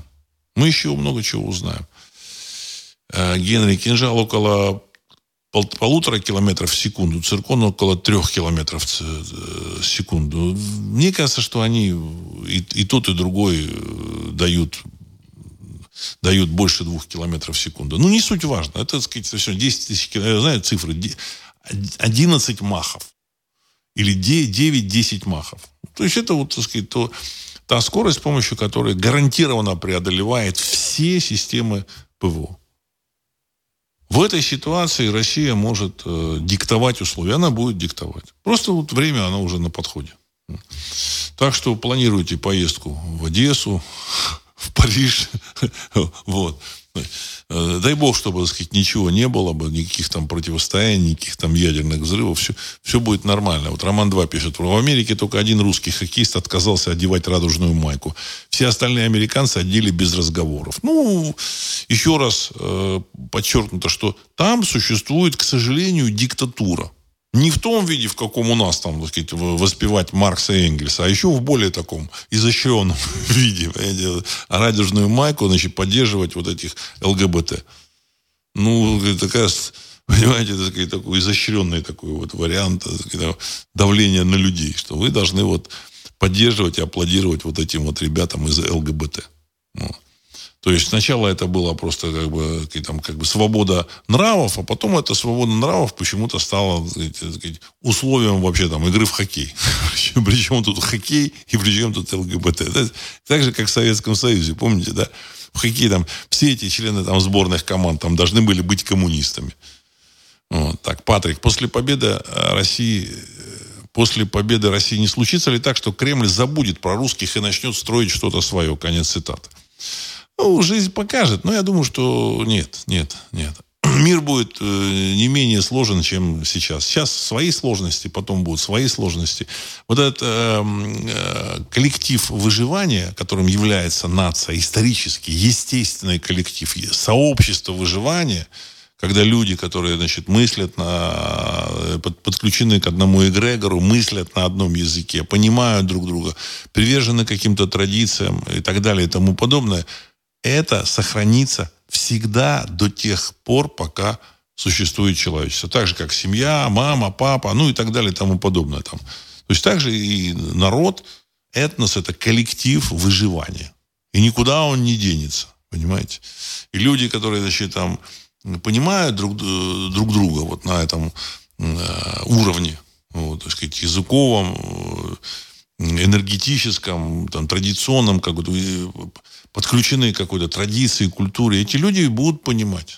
Генри, кинжал около 1,5 километров в секунду, циркон около 3 километров в секунду. Мне кажется, что они и тот, и другой дают больше 2 километров в секунду. Ну, не суть важно. Это, так сказать, все 10 тысяч километров. Я знаю цифры. 11 махов. Или 9-10 махов. То есть это, вот, так сказать, та скорость, с помощью которой гарантированно преодолевает все системы ПВО. В этой ситуации Россия может диктовать условия. Она будет диктовать. Просто вот время, оно уже на подходе. Так что планируйте поездку в Одессу, в Париж. Вот. Дай бог, чтобы, так сказать, ничего не было бы, никаких там противостояний, никаких там ядерных взрывов. Все будет нормально. Вот Роман 2 пишет, в Америке только один русский хоккеист отказался одевать радужную майку. Все остальные американцы одели без разговоров. Ну, еще раз подчеркнуто, что там существует, к сожалению, диктатура. Не в том виде, в каком у нас там, так сказать, воспевать Маркса и Энгельса, а еще в более таком изощренном виде. А радужную майку, значит, поддерживать вот этих ЛГБТ. Ну, такая, понимаете, такой изощренный такой вот вариант давления на людей, что вы должны вот поддерживать и аплодировать вот этим вот ребятам из ЛГБТ. Ну. То есть сначала это была просто как бы свобода нравов, а потом эта свобода нравов почему-то стала, так сказать, условием вообще там игры в хоккей. Причем тут хоккей и причем тут ЛГБТ. Так же, как в Советском Союзе, помните, да? В хоккее там все эти члены там сборных команд там должны были быть коммунистами. Вот. Так, Патрик, после победы России не случится ли так, что Кремль забудет про русских и начнет строить что-то свое? Конец цитаты. Ну, жизнь покажет, но я думаю, что нет. Мир будет не менее сложен, чем сейчас. Сейчас свои сложности, потом будут свои сложности. Вот этот коллектив выживания, которым является нация, исторический, естественный коллектив, сообщество выживания, когда люди, которые, значит, мыслят подключены к одному эгрегору, мыслят на одном языке, понимают друг друга, привержены каким-то традициям и так далее и тому подобное, это сохранится всегда до тех пор, пока существует человечество. Так же, как семья, мама, папа, ну и так далее и тому подобное. Там. То есть, также и народ, этнос – это коллектив выживания. И никуда он не денется, понимаете? И люди, которые, значит, там, понимают друг друга вот на этом уровне, вот, так сказать, языковом, энергетическом, там, традиционном, подключены к какой-то традиции, культуре, эти люди будут понимать.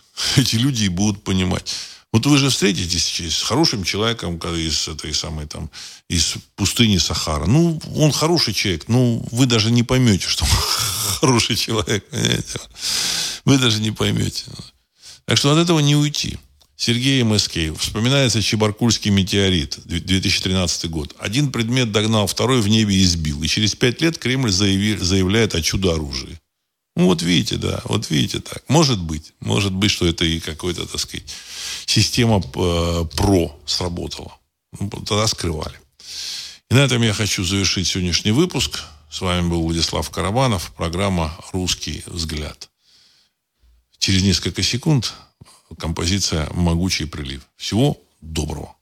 Вот вы же встретитесь с хорошим человеком из пустыни Сахара. Ну, он хороший человек, но вы даже не поймете, что он хороший человек. Понимаете? Вы даже не поймете. Так что от этого не уйти. Сергей МСК. Вспоминается Чебаркульский метеорит, 2013 год. Один предмет догнал, второй в небе избил. И через 5 лет Кремль заявляет о чудо-оружии. Ну, вот видите, да, вот видите так. Может быть, что это и какой-то, так сказать, система ПРО сработала. Ну, тогда скрывали. И на этом я хочу завершить сегодняшний выпуск. С вами был Владислав Карабанов. Программа «Русский взгляд». Через несколько секунд композиция «Могучий прилив». Всего доброго.